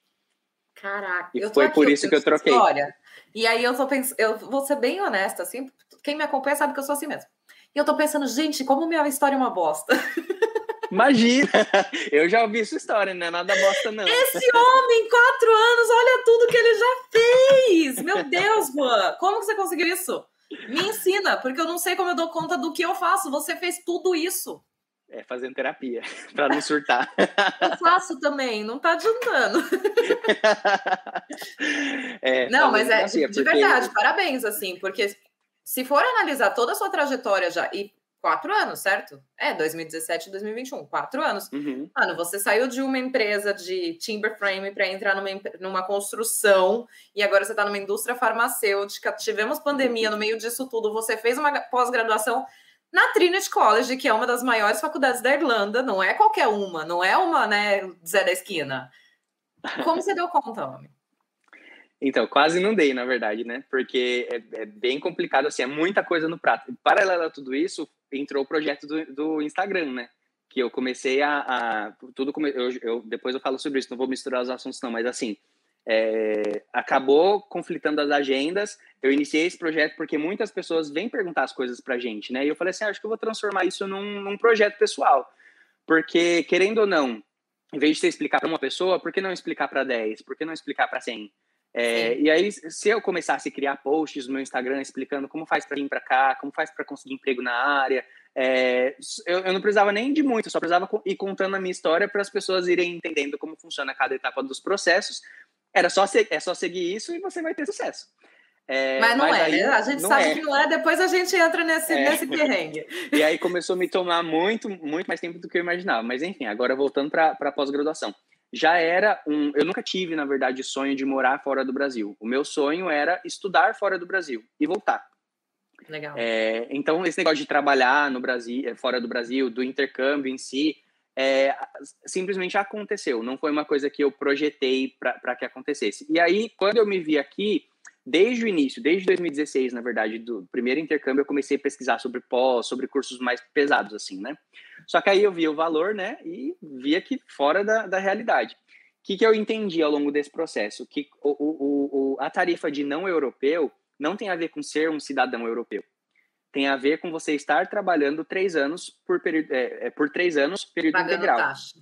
Caraca, e foi por isso que eu troquei. História, e aí eu tô pensando, eu vou ser bem honesta, assim, quem me acompanha sabe que eu sou assim mesmo. E eu tô pensando, gente, como minha história é uma bosta. Imagina! Eu já ouvi essa história, não é nada bosta, não. Esse homem, 4 anos, olha tudo que ele já fez! Meu Deus, Juan, como que você conseguiu isso? Me ensina, porque eu não sei como eu dou conta do que eu faço. Você fez tudo isso. Fazendo terapia, para não surtar. Eu faço também, não tá adiantando. Não, mas terapia, de verdade, parabéns, assim, porque se for analisar toda a sua trajetória já, e 4 anos, certo? 2017 e 2021, 4 anos. Uhum. Mano, você saiu de uma empresa de timber frame para entrar numa construção e agora você está numa indústria farmacêutica. Tivemos pandemia no meio disso tudo. Você fez uma pós-graduação na Trinity College, que é uma das maiores faculdades da Irlanda. Não é qualquer uma, não é uma, né, Zé da Esquina. Como você deu conta, homem? Então, quase não dei, na verdade, né? Porque é bem complicado, assim, é muita coisa no prato. Paralelo a tudo isso, entrou o projeto do Instagram, né? Que eu comecei depois eu falo sobre isso, não vou misturar os assuntos não, mas assim, acabou conflitando as agendas. Eu iniciei esse projeto porque muitas pessoas vêm perguntar as coisas pra gente, né? E eu falei assim, acho que eu vou transformar isso num projeto pessoal. Porque, querendo ou não, em vez de você explicar para uma pessoa, por que não explicar para 10? Por que não explicar para 100? E aí, se eu começasse a criar posts no meu Instagram explicando como faz para vir para cá, como faz para conseguir emprego na área, eu não precisava nem de muito, só precisava ir contando a minha história para as pessoas irem entendendo como funciona cada etapa dos processos. É só seguir isso e você vai ter sucesso. Mas não é, aí, né? A gente sabe que não é, depois a gente entra nesse perrengue. E aí começou a me tomar muito, muito mais tempo do que eu imaginava. Mas enfim, agora voltando para a pós-graduação. Eu nunca tive, na verdade, sonho de morar fora do Brasil. O meu sonho era estudar fora do Brasil e voltar. Legal. Então, esse negócio de trabalhar no Brasil, fora do Brasil, do intercâmbio em si, simplesmente aconteceu. Não foi uma coisa que eu projetei para que acontecesse. E aí, quando eu me vi aqui, desde o início, desde 2016, na verdade, do primeiro intercâmbio, eu comecei a pesquisar sobre pós, sobre cursos mais pesados, assim, né? Só que aí eu via o valor, né? E via que fora da realidade. O que eu entendi ao longo desse processo? Que a tarifa de não europeu não tem a ver com ser um cidadão europeu. Tem a ver com você estar trabalhando 3 anos por 3 anos, período Pagando integral. Taxa.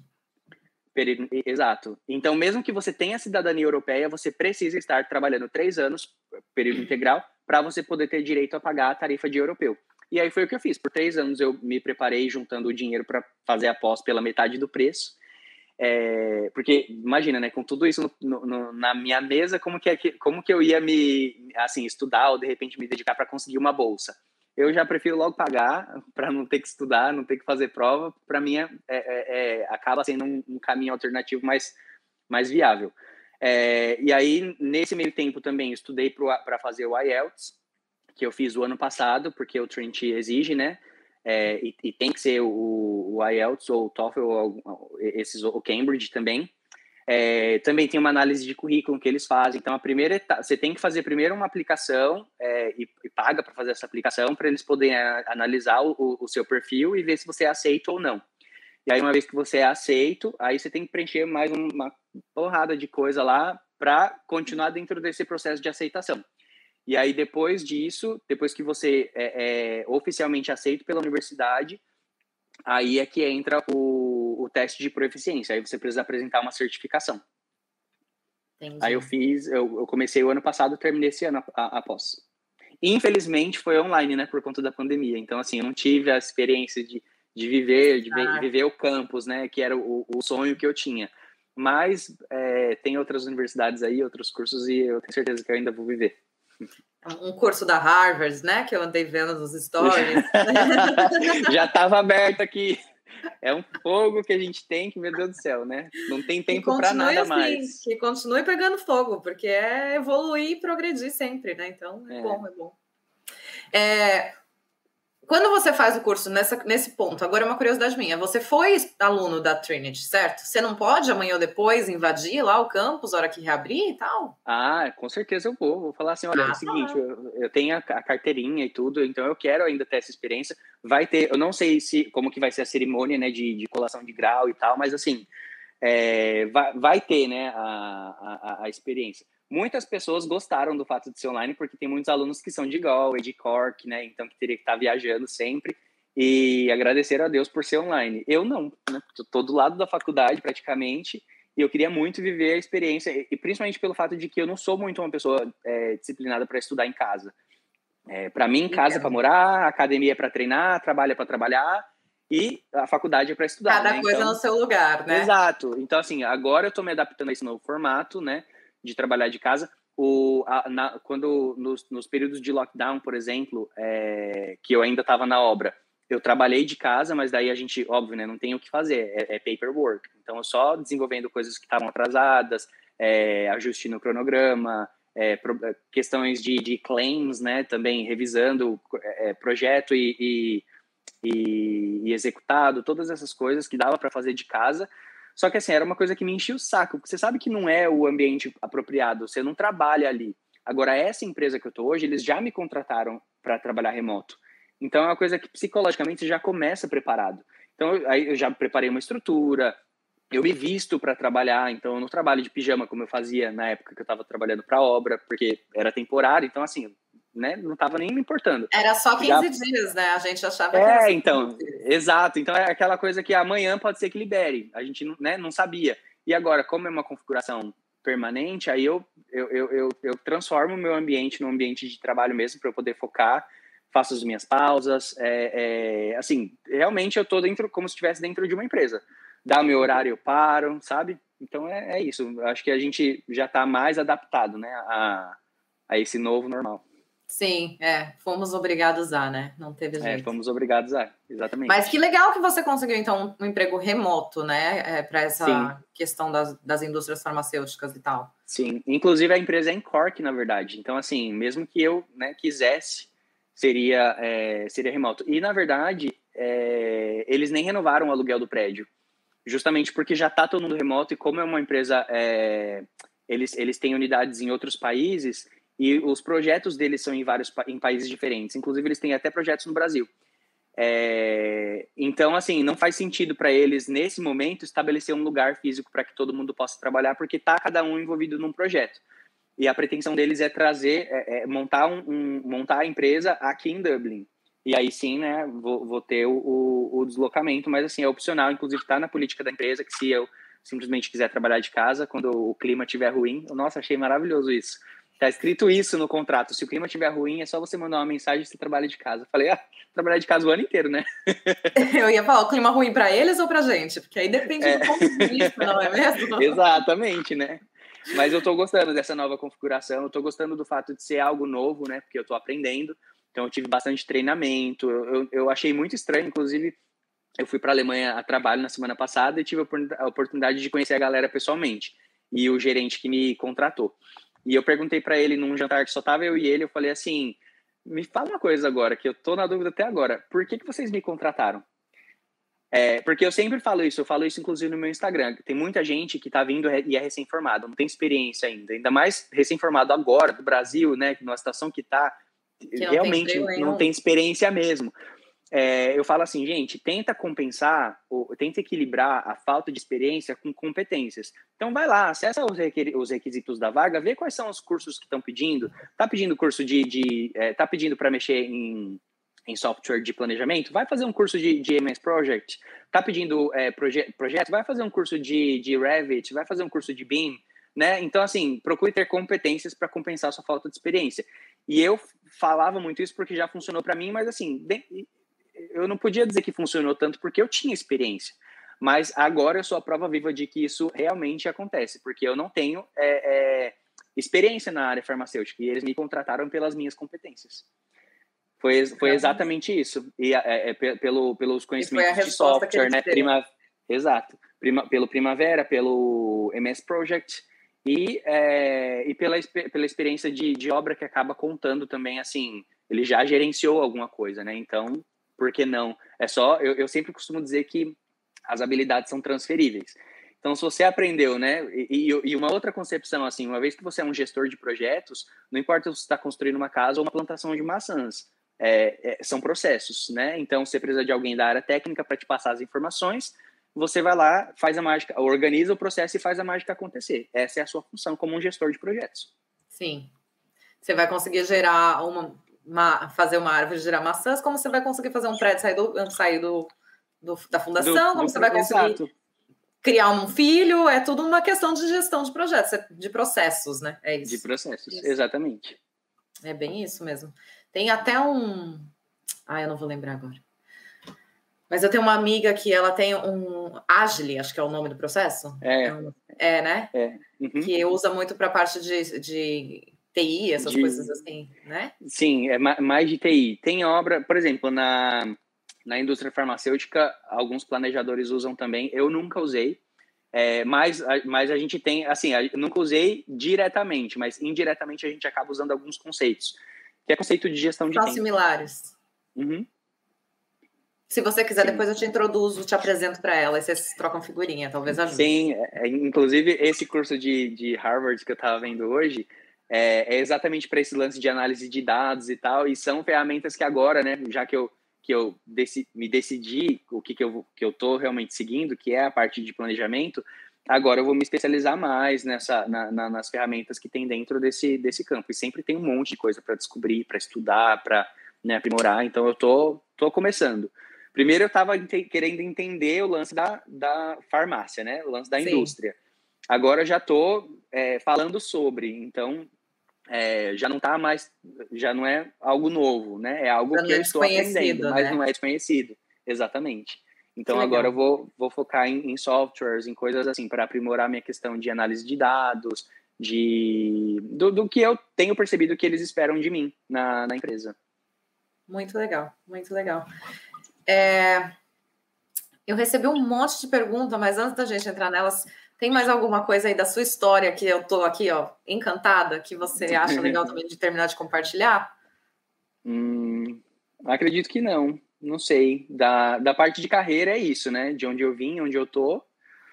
Exato. Então, mesmo que você tenha cidadania europeia, você precisa estar trabalhando 3 anos, período integral, para você poder ter direito a pagar a tarifa de europeu. E aí foi o que eu fiz. Por 3 anos eu me preparei juntando o dinheiro para fazer a pós pela metade do preço. Porque, imagina, né, com tudo isso na minha mesa, como que eu ia estudar ou de repente me dedicar para conseguir uma bolsa? Eu já prefiro logo pagar para não ter que estudar, não ter que fazer prova. Para mim, acaba sendo um caminho alternativo mais viável. E aí, nesse meio tempo também, estudei para fazer o IELTS, que eu fiz o ano passado, porque o Trinity exige, né? E tem que ser o IELTS ou o TOEFL ou o Cambridge também. Também tem uma análise de currículo que eles fazem. Então, a primeira etapa, você tem que fazer primeiro uma aplicação e paga para fazer essa aplicação para eles poderem analisar o seu perfil e ver se você é aceito ou não. E aí, uma vez que você é aceito, aí você tem que preencher mais uma porrada de coisa lá para continuar dentro desse processo de aceitação. E aí, depois disso, depois que você é oficialmente aceito pela universidade, aí é que entra o teste de proficiência. Aí você precisa apresentar uma certificação. Entendi. Aí eu comecei o ano passado, terminei esse ano após. Infelizmente, foi online, né, por conta da pandemia. Então, assim, eu não tive a experiência de viver o campus, né, que era o sonho que eu tinha. Mas tem outras universidades aí, outros cursos, e eu tenho certeza que eu ainda vou viver. Um curso da Harvard, né? Que eu andei vendo nos stories. Já estava aberto aqui. É um fogo que a gente tem que, meu Deus do céu, né? Não tem tempo para nada mais. Que continue pegando fogo, porque é evoluir e progredir sempre, né? Então, é bom. Quando você faz o curso nesse ponto, agora é uma curiosidade minha, você foi aluno da Trinity, certo? Você não pode amanhã ou depois invadir lá o campus, na hora que reabrir e tal? Com certeza eu vou. Vou falar assim, olha, é o seguinte, eu tenho a carteirinha e tudo, então eu quero ainda ter essa experiência. Vai ter, eu não sei como que vai ser a cerimônia, né, de colação de grau e tal, mas assim, vai ter, né, a experiência. Muitas pessoas gostaram do fato de ser online, porque tem muitos alunos que são de Galway, de Cork, né? Então, que teria que estar viajando sempre. E agradeceram a Deus por ser online. Eu não, né? Estou do lado da faculdade, praticamente, e eu queria muito viver a experiência, e principalmente pelo fato de que eu não sou muito uma pessoa disciplinada para estudar em casa. Para mim, casa é para morar, academia é para treinar, trabalho é para trabalhar, e a faculdade é para estudar. Cada coisa no seu lugar, né? Exato. Então, assim, agora eu estou me adaptando a esse novo formato, né? De trabalhar de casa. Quando nos períodos de lockdown, por exemplo, que eu ainda estava na obra, eu trabalhei de casa, mas daí a gente, óbvio, né, não tem o que fazer, é paperwork. Então, eu só desenvolvendo coisas que estavam atrasadas, ajuste no cronograma, questões de claims, né, também revisando projeto e executado, todas essas coisas que dava para fazer de casa. Só que assim, era uma coisa que me enchia o saco, porque você sabe que não é o ambiente apropriado, você não trabalha ali. Agora, essa empresa que eu tô hoje, eles já me contrataram para trabalhar remoto. Então, é uma coisa que psicologicamente já começa preparado. Então, aí eu já preparei uma estrutura, eu me visto para trabalhar, então eu não trabalho de pijama como eu fazia na época que eu estava trabalhando para obra, porque era temporário, então assim, né, não estava nem me importando. Era só 15 Já... dias, né? A gente achava que era só 15 então, dias. exato. Então é aquela coisa que amanhã pode ser que libere. A gente né, não sabia. E agora, como é uma configuração permanente, aí eu transformo o meu ambiente num ambiente de trabalho mesmo para eu poder focar, faço as minhas pausas. Assim, realmente eu estou dentro, como se estivesse dentro de uma empresa. Dá o meu horário, eu paro, sabe? Então é isso. Acho que a gente já está mais adaptado, né, a esse novo normal. Sim, fomos obrigados a, né? Não teve jeito. Fomos obrigados a, exatamente. Mas que legal que você conseguiu, então, um emprego remoto, né? Para essa Sim. questão das indústrias farmacêuticas e tal. Sim, inclusive a empresa é em Cork, na verdade. Então, assim, mesmo que eu quisesse, seria remoto. E, na verdade, eles nem renovaram o aluguel do prédio, justamente porque já está todo mundo remoto e como é uma empresa, eles têm unidades em outros países e os projetos deles são em países diferentes. Inclusive, eles têm até projetos no Brasil. Então, assim, não faz sentido para eles, nesse momento, estabelecer um lugar físico para que todo mundo possa trabalhar, porque está cada um envolvido num projeto. E a pretensão deles é trazer, montar a empresa aqui em Dublin. E aí sim, né, vou ter o deslocamento, mas assim, é opcional, inclusive está na política da empresa, que se eu simplesmente quiser trabalhar de casa, quando o clima estiver ruim, nossa, achei maravilhoso isso. Tá escrito isso no contrato, se o clima estiver ruim, é só você mandar uma mensagem e você trabalha de casa. Eu falei, trabalhar de casa o ano inteiro, né? Eu ia falar, o clima ruim para eles ou pra gente? Porque aí depende do ponto de vista, não é mesmo? Exatamente, né? Mas eu tô gostando dessa nova configuração, eu tô gostando do fato de ser algo novo, né? Porque eu tô aprendendo, então eu tive bastante treinamento, eu achei muito estranho, inclusive eu fui para a Alemanha a trabalho na semana passada e tive a oportunidade de conhecer a galera pessoalmente, e o gerente que me contratou. E eu perguntei para ele num jantar que só tava eu e ele, eu falei assim, me fala uma coisa agora, que eu tô na dúvida até agora, por que vocês me contrataram? Porque eu sempre falo isso, eu falo isso inclusive no meu Instagram, tem muita gente que tá vindo e é recém-formado, não tem experiência ainda mais recém-formado agora, do Brasil, né, numa situação que tá, que realmente não tem experiência mesmo. Eu falo assim, gente, tenta compensar, tenta equilibrar a falta de experiência com competências. Então vai lá, acessa os requisitos da vaga, vê quais são os cursos que estão pedindo. Tá pedindo curso tá pedindo para mexer em software de planejamento? Vai fazer um curso de MS Project. Tá pedindo projeto? Vai fazer um curso de Revit, vai fazer um curso de BIM, né? Então, assim, procure ter competências para compensar a sua falta de experiência. E eu falava muito isso porque já funcionou para mim, mas assim, eu não podia dizer que funcionou tanto porque eu tinha experiência. Mas agora eu sou a prova viva de que isso realmente acontece, porque eu não tenho experiência na área farmacêutica e eles me contrataram pelas minhas competências. Foi exatamente isso. E pelos conhecimentos de software, né? Exato. Pelo Primavera, pelo MS Project e pela experiência de obra que acaba contando também, assim, ele já gerenciou alguma coisa, né? Então, por que não? Eu sempre costumo dizer que as habilidades são transferíveis. Então, se você aprendeu, né? E uma outra concepção, assim, uma vez que você é um gestor de projetos, não importa se você está construindo uma casa ou uma plantação de maçãs, são processos, né? Então, você precisa de alguém da área técnica para te passar as informações, você vai lá, faz a mágica, organiza o processo e faz a mágica acontecer. Essa é a sua função como um gestor de projetos. Sim. Você vai conseguir gerar fazer uma árvore gerar maçãs, como você vai conseguir fazer um prédio sair da fundação, como você vai conseguir criar um filho, é tudo uma questão de gestão de projetos, de processos, né? É isso. De processos, isso. Exatamente. É bem isso mesmo. Tem até eu não vou lembrar agora. Mas eu tenho uma amiga que ela tem um Agile, acho que é o nome do processo. Né? Uhum. Que usa muito para a parte de TI, essas coisas assim, né? Sim, é mais de TI. Tem obra, por exemplo, na indústria farmacêutica, alguns planejadores usam também. Eu nunca usei, mas a gente tem, assim, eu nunca usei diretamente, mas indiretamente a gente acaba usando alguns conceitos, que é conceito de gestão de tempo. São similares. Uhum. Se você quiser, Sim. depois eu te introduzo, te apresento para ela, e vocês trocam figurinha, talvez ajude. Sim, inclusive esse curso de Harvard que eu estava vendo hoje é exatamente para esse lance de análise de dados e tal, e são ferramentas que agora, né, já que eu me decidi o que eu estou realmente seguindo, que é a parte de planejamento, agora eu vou me especializar mais nas ferramentas que tem dentro desse campo, e sempre tem um monte de coisa para descobrir, para estudar, para, né, aprimorar, então eu tô começando. Primeiro eu estava querendo entender o lance da farmácia, né? O lance da indústria. Agora eu já estou falando sobre, então já não é algo novo, né? É algo que eu estou aprendendo, mas né? não é desconhecido. Exatamente. Então agora eu vou focar em softwares, em coisas assim, para aprimorar minha questão de análise de dados, do que eu tenho percebido que eles esperam de mim na empresa. Muito legal, muito legal. Eu recebi um monte de perguntas, mas antes da gente entrar nelas, tem mais alguma coisa aí da sua história que eu tô aqui, ó, encantada, que você acha legal também de terminar de compartilhar? Acredito que não. Não sei. Da parte de carreira é isso, né? De onde eu vim, onde eu tô.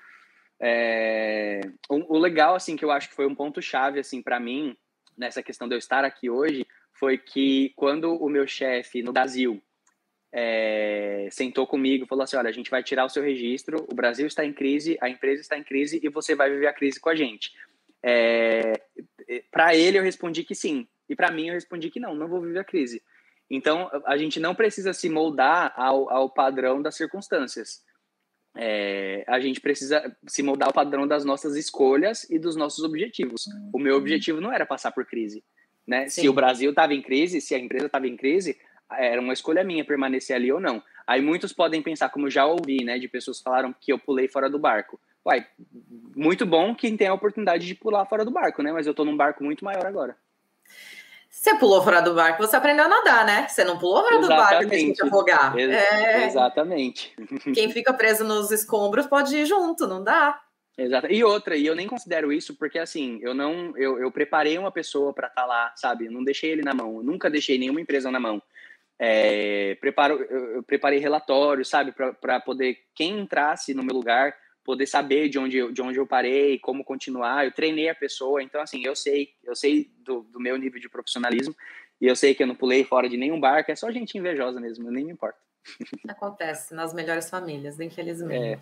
O legal, assim, que eu acho que foi um ponto-chave, assim, para mim, nessa questão de eu estar aqui hoje, foi que quando o meu chefe no Brasil sentou comigo e falou assim, olha, a gente vai tirar o seu registro, o Brasil está em crise, a empresa está em crise e você vai viver a crise com a gente. Para ele eu respondi que sim, e para mim eu respondi que não vou viver a crise. Então a gente não precisa se moldar ao padrão das circunstâncias. A gente precisa se moldar ao padrão das nossas escolhas e dos nossos objetivos. O meu objetivo não era passar por crise, né? Se o Brasil estava em crise, se a empresa estava em crise, era uma escolha minha permanecer ali ou não. Aí muitos podem pensar, como eu já ouvi, né, de pessoas que falaram que eu pulei fora do barco. Uai, muito bom quem tem a oportunidade de pular fora do barco, né? Mas eu tô num barco muito maior agora. Você pulou fora do barco, você aprendeu a nadar, né? Você não pulou fora do barco e deixou te afogar. Exatamente. Quem fica preso nos escombros pode ir junto, não dá? Exato. E eu nem considero isso porque, assim, eu preparei uma pessoa para estar lá, sabe? Eu não deixei ele na mão, eu nunca deixei nenhuma empresa na mão. Eu preparei relatórios, sabe? Para poder, quem entrasse no meu lugar, poder saber de onde eu parei, como continuar. Eu treinei a pessoa, então, assim, eu sei do meu nível de profissionalismo e eu sei que eu não pulei fora de nenhum barco, é só gente invejosa mesmo, eu nem me importo. Acontece nas melhores famílias, infelizmente.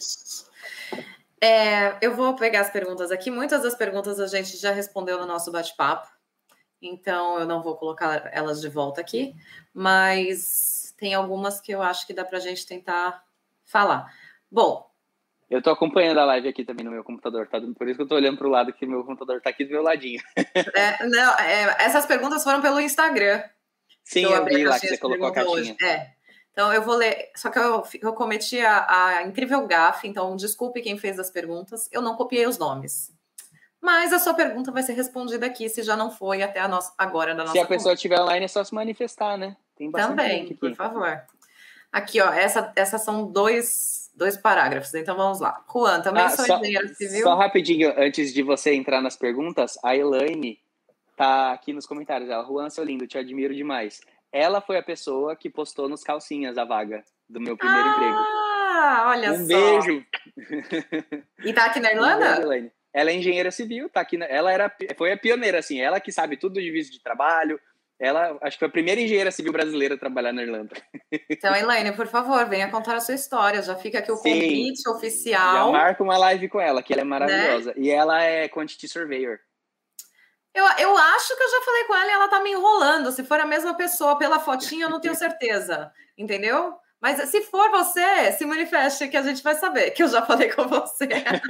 Eu vou pegar as perguntas aqui. Muitas das perguntas a gente já respondeu no nosso bate-papo, então eu não vou colocar elas de volta aqui, mas tem algumas que eu acho que dá para a gente tentar falar. Bom, eu tô acompanhando a live aqui também no meu computador, tá? Por isso que eu tô olhando pro lado, que meu computador tá aqui do meu ladinho. Essas perguntas foram pelo Instagram. Sim, eu vi lá que você colocou a caixinha. Hoje. Então eu vou ler, só que eu cometi a incrível gafe, então desculpe quem fez as perguntas, eu não copiei os nomes. Mas a sua pergunta vai ser respondida aqui, se já não foi até agora da nossa Se a pessoa estiver online, é só se manifestar, né? Tem bastante também, gente aqui. por favor. Aqui, ó, essas são dois parágrafos, então vamos lá. Juan, também sou engenheiro civil. Só rapidinho, antes de você entrar nas perguntas, a Elaine tá aqui nos comentários. Ela, Juan, seu lindo, te admiro demais. Ela foi a pessoa que postou nos calcinhas a vaga do meu primeiro emprego. Olha só. Um beijo. E tá aqui na Irlanda? Um beijo, Elaine. Ela é engenheira civil, tá aqui. Ela foi a pioneira, assim, ela que sabe tudo de visto de trabalho. Ela, acho que foi a primeira engenheira civil brasileira a trabalhar na Irlanda. Então, Elaine, por favor, venha contar a sua história. Já fica aqui o convite oficial. Já marca uma live com ela, que ela é maravilhosa. Né? E ela é Quantity Surveyor. Eu acho que eu já falei com ela e ela tá me enrolando. Se for a mesma pessoa pela fotinha, eu não tenho certeza. Entendeu? Mas se for você, se manifeste que a gente vai saber que eu já falei com você.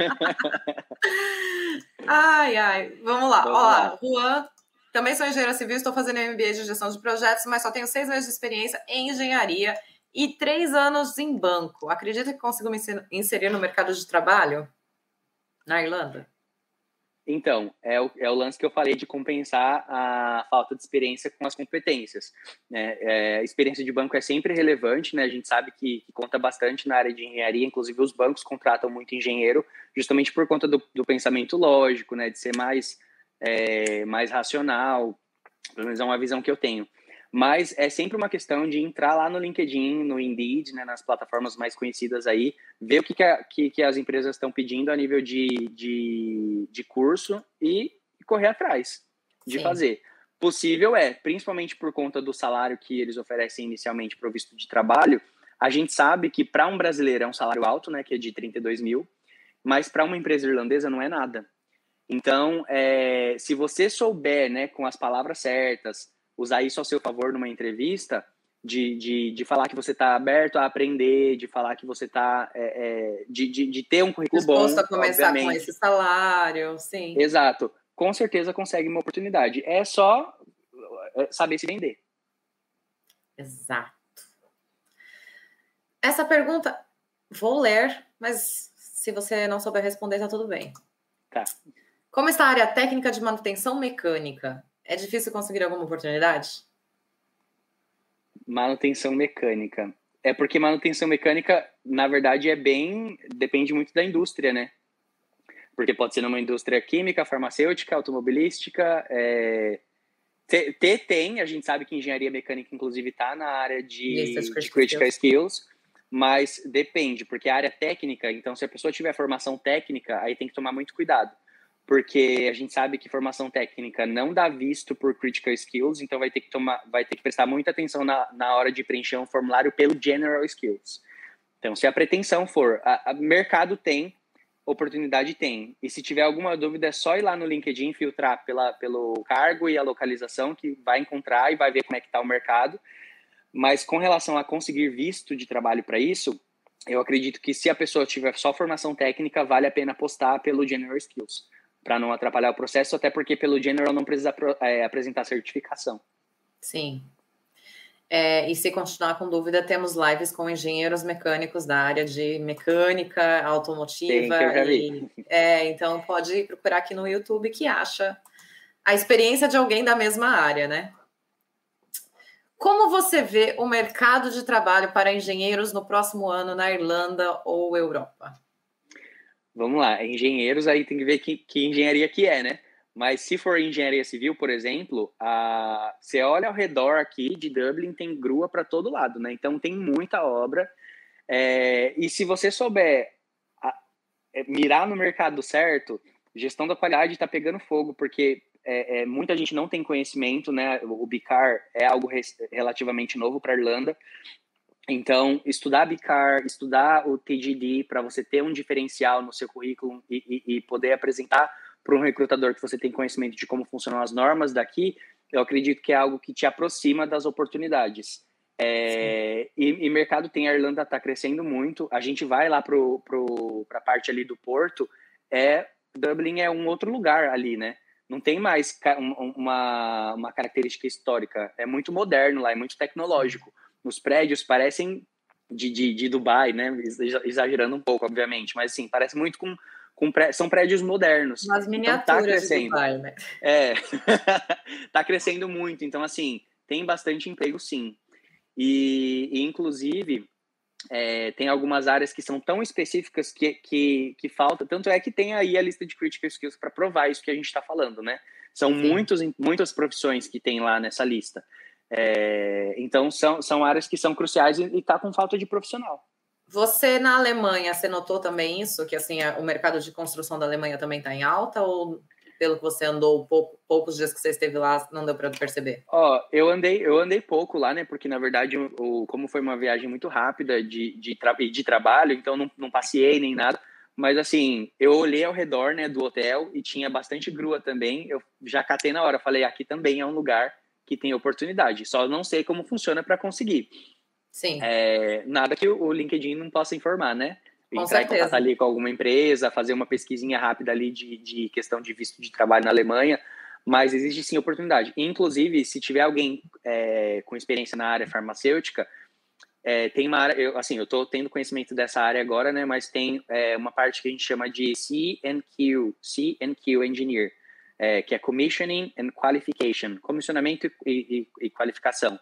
Ai. Vamos lá. Olá, Juan. Também sou engenheira civil, estou fazendo MBA de gestão de projetos, mas só tenho 6 meses de experiência em engenharia e 3 anos em banco. Acredita que consigo me inserir no mercado de trabalho na Irlanda? Então, é o lance que eu falei de compensar a falta de experiência com as competências. Né? A experiência de banco é sempre relevante, né? A gente sabe que conta bastante na área de engenharia, inclusive os bancos contratam muito engenheiro, justamente por conta do pensamento lógico, né? De ser mais racional, pelo menos é uma visão que eu tenho. Mas é sempre uma questão de entrar lá no LinkedIn, no Indeed, né, nas plataformas mais conhecidas aí, ver o que as empresas estão pedindo a nível de curso e correr atrás de fazer. Possível principalmente por conta do salário que eles oferecem inicialmente para o visto de trabalho, a gente sabe que para um brasileiro é um salário alto, né, que é de 32 mil, mas para uma empresa irlandesa não é nada. Então, se você souber, né, com as palavras certas, usar isso ao seu favor numa entrevista, de falar que você está aberto a aprender, de falar que você está... de ter um currículo disposto bom, a começar obviamente. Com esse salário, sim. Exato. Com certeza consegue uma oportunidade. É só saber se vender. Exato. Essa pergunta, vou ler, mas se você não souber responder, tá tudo bem. Tá. Como está a área técnica de manutenção mecânica? É difícil conseguir alguma oportunidade? Manutenção mecânica. É porque manutenção mecânica, na verdade, depende muito da indústria, né? Porque pode ser numa indústria química, farmacêutica, automobilística. A gente sabe que engenharia mecânica, inclusive, está na área de critical skills, mas depende, porque a área técnica, então, se a pessoa tiver formação técnica, aí tem que tomar muito cuidado, porque a gente sabe que formação técnica não dá visto por critical skills, então vai ter que prestar muita atenção na hora de preencher um formulário pelo general skills. Então, se a pretensão for, mercado tem, oportunidade tem. E se tiver alguma dúvida, é só ir lá no LinkedIn, filtrar pelo cargo e a localização, que vai encontrar e vai ver como é que está o mercado. Mas com relação a conseguir visto de trabalho para isso, eu acredito que se a pessoa tiver só formação técnica, vale a pena apostar pelo General Skills, para não atrapalhar o processo, até porque pelo General não precisa apresentar certificação. Sim. E se continuar com dúvida, temos lives com engenheiros mecânicos da área de mecânica automotiva. Tem, que eu já vi. Então pode procurar aqui no YouTube que acha a experiência de alguém da mesma área, né? Como você vê o mercado de trabalho para engenheiros no próximo ano na Irlanda ou Europa? Vamos lá, engenheiros aí tem que ver que engenharia que é, né? Mas se for engenharia civil, por exemplo, você olha ao redor aqui de Dublin, tem grua para todo lado, né? Então tem muita obra. E se você souber mirar no mercado certo, gestão da qualidade está pegando fogo, porque muita gente não tem conhecimento, né? O BICAR é algo relativamente novo para a Irlanda. Então, estudar BICAR, estudar o TGD para você ter um diferencial no seu currículo e poder apresentar para um recrutador que você tem conhecimento de como funcionam as normas daqui, eu acredito que é algo que te aproxima das oportunidades. E mercado tem, a Irlanda está crescendo muito, a gente vai lá para a parte ali do Porto, Dublin é um outro lugar ali, né? Não tem mais uma característica histórica, é muito moderno lá, é muito tecnológico. Os prédios parecem de Dubai, né? Exagerando um pouco, obviamente, mas assim, parece muito são prédios modernos. Umas miniaturas então, tá crescendo. De Dubai, né? Tá crescendo muito. Então, assim, tem bastante emprego, sim. E inclusive, tem algumas áreas que são tão específicas que falta. Tanto é que tem aí a lista de critical skills para provar isso que a gente está falando, né? São muitas profissões que tem lá nessa lista. Então, são áreas que são cruciais e está com falta de profissional. Você, na Alemanha, você notou também isso? Que assim, o mercado de construção da Alemanha também está em alta? Ou, pelo que você andou, poucos dias que você esteve lá, não deu para perceber? Eu andei pouco lá, né? Porque, na verdade, como foi uma viagem muito rápida de trabalho, então não passeei nem nada. Mas, assim, eu olhei ao redor, né, do hotel e tinha bastante grua também. Eu já catei na hora. Falei, aqui também é um lugar que tem oportunidade. Só não sei como funciona para conseguir. Sim. Nada que o LinkedIn não possa informar, né? Entrar em contato ali com alguma empresa, fazer uma pesquisinha rápida ali de questão de visto de trabalho na Alemanha, mas existe sim oportunidade. Inclusive, se tiver alguém com experiência na área farmacêutica, tem uma área, eu estou tendo conhecimento dessa área agora, né? Mas tem uma parte que a gente chama de C&Q Engineer, que é Commissioning and Qualification, comissionamento e qualificação.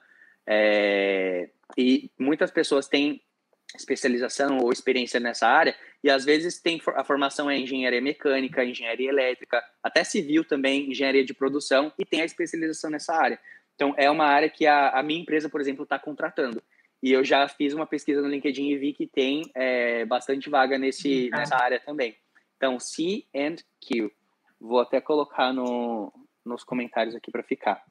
E muitas pessoas têm especialização ou experiência nessa área e às vezes a formação é engenharia mecânica, engenharia elétrica, até civil também, engenharia de produção e tem a especialização nessa área. Então, é uma área que a minha empresa, por exemplo, está contratando. E eu já fiz uma pesquisa no LinkedIn e vi que tem bastante vaga nessa área também. Então, C and Q. Vou até colocar nos comentários aqui para ficar.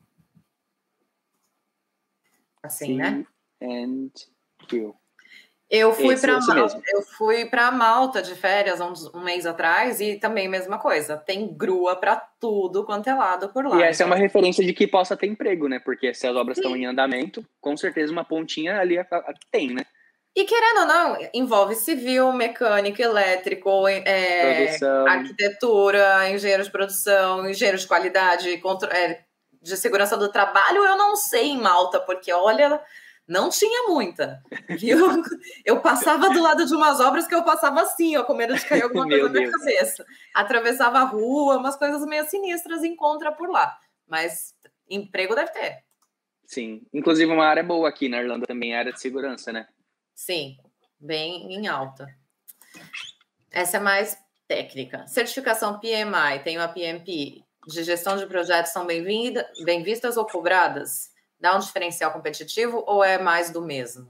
Assim, né? C and Q. Eu fui para Malta de férias um mês atrás e também mesma coisa. Tem grua para tudo quanto é lado por lá. E essa é uma referência de que possa ter emprego, né? Porque se as obras estão em andamento, com certeza uma pontinha ali tem, né? E querendo ou não, envolve civil, mecânico, elétrico, arquitetura, engenheiro de produção, engenheiro de qualidade, de segurança do trabalho. Eu não sei em Malta, porque olha, não tinha muita, viu? Eu passava do lado de umas obras que eu passava assim, ó, com medo de cair alguma coisa na minha cabeça. Atravessava a rua, umas coisas meio sinistras encontra por lá. Mas emprego deve ter. Sim. Inclusive, uma área boa aqui na Irlanda também, a área de segurança, né? Sim, bem em alta. Essa é mais técnica. Certificação PMI, tem uma PMP de gestão de projetos são bem vistas ou cobradas? Dá um diferencial competitivo ou é mais do mesmo?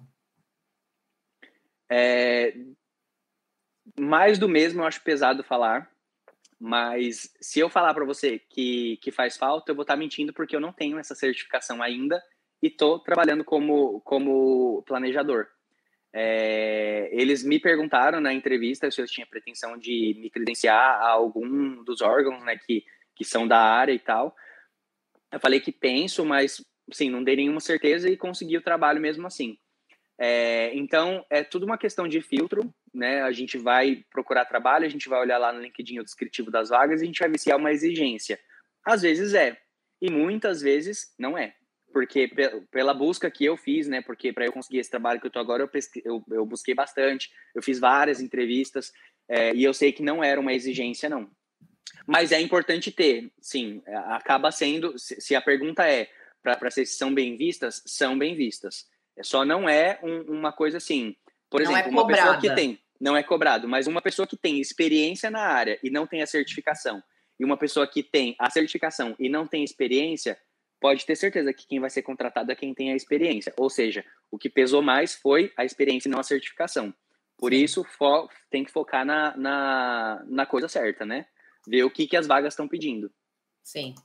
Mais do mesmo eu acho pesado falar, mas se eu falar para você que faz falta, eu vou estar mentindo porque eu não tenho essa certificação ainda e estou trabalhando como planejador. Eles me perguntaram na entrevista se eu tinha pretensão de me credenciar a algum dos órgãos, né, que são da área e tal. Eu falei que penso, mas sim, não dei nenhuma certeza e consegui o trabalho mesmo assim. Então, é tudo uma questão de filtro, né? A gente vai procurar trabalho, a gente vai olhar lá no LinkedIn o descritivo das vagas e a gente vai ver se é uma exigência. Às vezes é, e muitas vezes não é. Porque pela busca que eu fiz, né? Porque para eu conseguir esse trabalho que eu tô agora, eu busquei bastante, eu fiz várias entrevistas, e eu sei que não era uma exigência, não. Mas é importante ter, sim, acaba sendo, se a pergunta é para ser se são bem vistas, são bem vistas. Só não é uma coisa assim, por exemplo, uma pessoa que tem, não é cobrado, mas uma pessoa que tem experiência na área e não tem a certificação, e uma pessoa que tem a certificação e não tem experiência, pode ter certeza que quem vai ser contratado é quem tem a experiência. Ou seja, o que pesou mais foi a experiência e não a certificação. Por isso, tem que focar na coisa certa, né? Ver o que as vagas estão pedindo. Sim.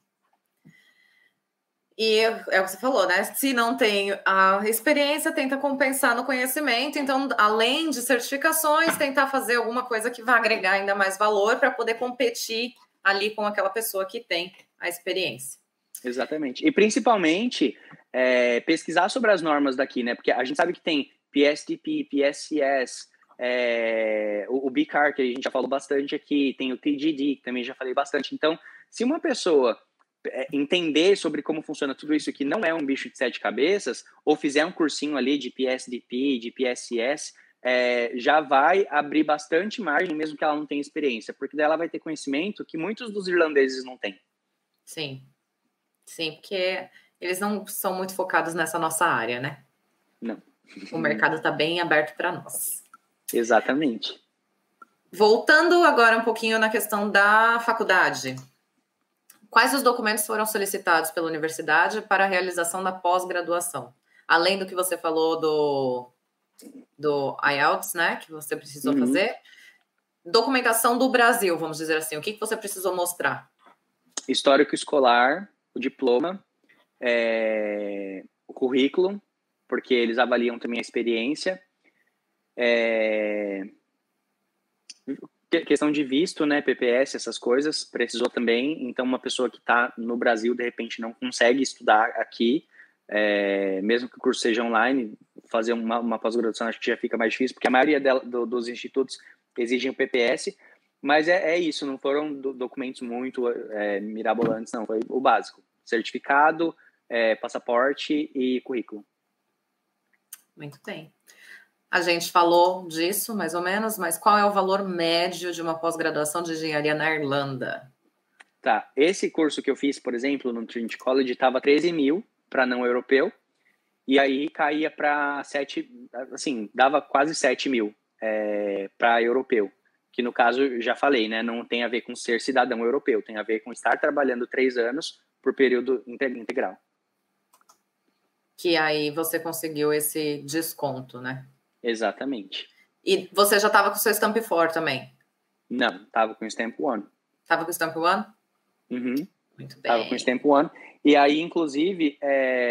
E é o que você falou, né? Se não tem a experiência, tenta compensar no conhecimento. Então, além de certificações, tentar fazer alguma coisa que vá agregar ainda mais valor para poder competir ali com aquela pessoa que tem a experiência. Exatamente. E principalmente pesquisar sobre as normas daqui, né? Porque a gente sabe que tem PSDP, PSCS, o BCAR, que a gente já falou bastante aqui, tem o TGD, que também já falei bastante. Então, se uma pessoa entender sobre como funciona tudo isso, que não é um bicho de 7 cabeças, ou fizer um cursinho ali de PSDP, de PSCS, já vai abrir bastante margem, mesmo que ela não tenha experiência, porque daí ela vai ter conhecimento que muitos dos irlandeses não têm. Sim. Sim, porque eles não são muito focados nessa nossa área, né? Não. O mercado está bem aberto para nós. Exatamente. Voltando agora um pouquinho na questão da faculdade. Quais os documentos foram solicitados pela universidade para a realização da pós-graduação? Além do que você falou do IELTS, né? Que você precisou fazer. Documentação do Brasil, vamos dizer assim. O que você precisou mostrar? Histórico escolar, o diploma, o currículo, porque eles avaliam também a experiência. Questão de visto, né, PPS, essas coisas, precisou também. Então, uma pessoa que está no Brasil, de repente, não consegue estudar aqui, mesmo que o curso seja online, fazer uma pós-graduação acho que já fica mais difícil, porque a maioria dos institutos exigem o PPS, mas é isso, não foram documentos muito mirabolantes, não, foi o básico, certificado, passaporte e currículo. Muito bem. A gente falou disso, mais ou menos, mas qual é o valor médio de uma pós-graduação de engenharia na Irlanda? Tá, esse curso que eu fiz, por exemplo, no Trinity College, estava 13 mil para não europeu, e aí caía para 7, assim, dava quase 7 mil para europeu, que no caso, já falei, né, não tem a ver com ser cidadão europeu, tem a ver com estar trabalhando 3 anos por período integral. que aí você conseguiu esse desconto, né? Exatamente. E você já estava com o seu Stamp 4 também? Não, tava com o Stamp One. Tava com o Stamp 1? Uhum. Muito Tava com o bem. Stamp One. E aí, inclusive,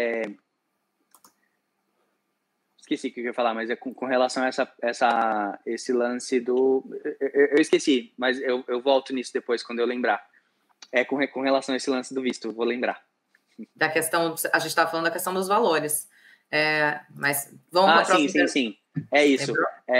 esqueci o que eu ia falar, mas é com relação a esse lance do... Eu esqueci, mas eu volto nisso depois, quando eu lembrar. Com relação a esse lance do visto, vou lembrar. Da questão, a gente estava falando da questão dos valores. Mas vamos para a próxima pergunta. Sim. É isso.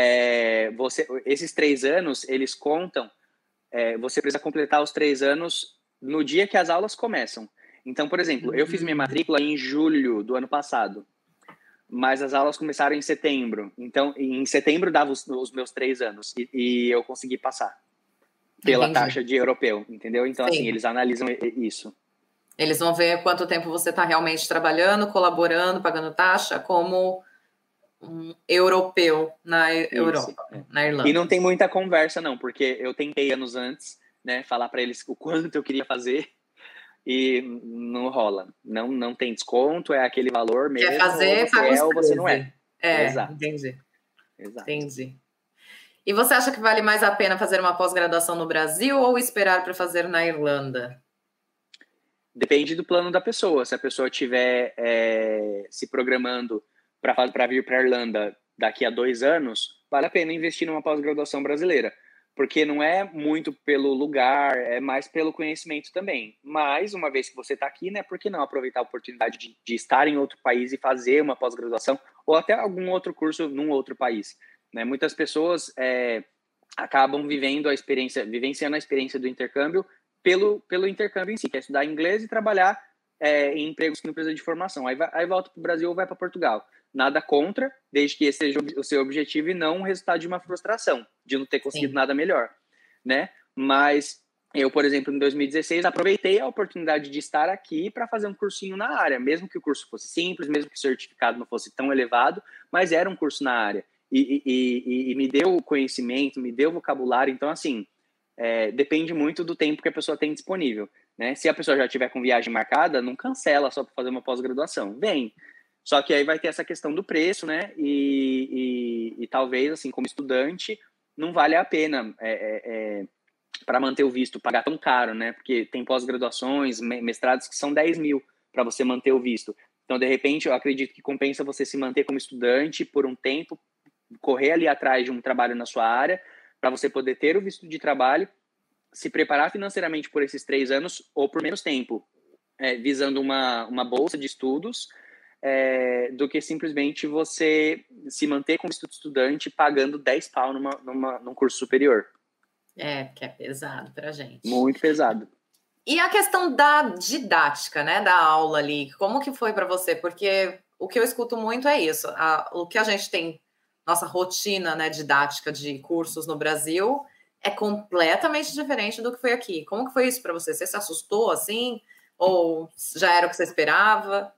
Esses 3 anos, eles contam... você precisa completar os 3 anos no dia que as aulas começam. Então, por exemplo, eu fiz minha matrícula em julho do ano passado, mas as aulas começaram em setembro. Então, em setembro dava os meus 3 anos e eu consegui passar pela taxa de europeu, entendeu? Então, Sim. assim, eles analisam isso. Eles vão ver quanto tempo você está realmente trabalhando, colaborando, pagando taxa, como um europeu na Europa, na Irlanda. E não tem muita conversa, não, porque eu tentei anos antes, né, falar para eles o quanto eu queria fazer e não rola. Não tem desconto, é aquele valor mesmo. Quer fazer, ou você é ou você não é. Exato. Entendi. E você acha que vale mais a pena fazer uma pós-graduação no Brasil ou esperar para fazer na Irlanda? Depende do plano da pessoa. Se a pessoa estiver se programando para vir para a Irlanda daqui a 2 anos, vale a pena investir numa pós-graduação brasileira. Porque não é muito pelo lugar, é mais pelo conhecimento também. Mas, uma vez que você está aqui, né, por que não aproveitar a oportunidade de estar em outro país e fazer uma pós-graduação ou até algum outro curso num outro país? Né? Muitas pessoas acabam vivenciando a experiência do intercâmbio pelo intercâmbio em si, que é estudar inglês e trabalhar em empregos que não precisam de formação. Aí volta para o Brasil ou vai para Portugal. Nada contra, desde que esse seja o seu objetivo e não o resultado de uma frustração, de não ter conseguido nada melhor, né? Mas eu, por exemplo, em 2016, aproveitei a oportunidade de estar aqui para fazer um cursinho na área, mesmo que o curso fosse simples, mesmo que o certificado não fosse tão elevado, mas era um curso na área. E me deu conhecimento, me deu vocabulário, então, assim, depende muito do tempo que a pessoa tem disponível, né? Se a pessoa já tiver com viagem marcada, não cancela só para fazer uma pós-graduação. Vem. Só que aí vai ter essa questão do preço, né? E talvez, assim, como estudante, não vale a pena para manter o visto, pagar tão caro, né? Porque tem pós-graduações, mestrados que são 10 mil para você manter o visto. Então, de repente, eu acredito que compensa você se manter como estudante por um tempo, correr ali atrás de um trabalho na sua área, para você poder ter o visto de trabalho, se preparar financeiramente por esses 3 anos ou por menos tempo, visando uma bolsa de estudos, do que simplesmente você se manter como estudante pagando 10 pau num curso superior. Que é pesado pra gente. Muito pesado. E a questão da didática, né, da aula ali, como que foi para você? Porque o que eu escuto muito é isso, o que a gente tem, nossa rotina, né, didática de cursos no Brasil é completamente diferente do que foi aqui. Como que foi isso para você? Você se assustou assim? Ou já era o que você esperava?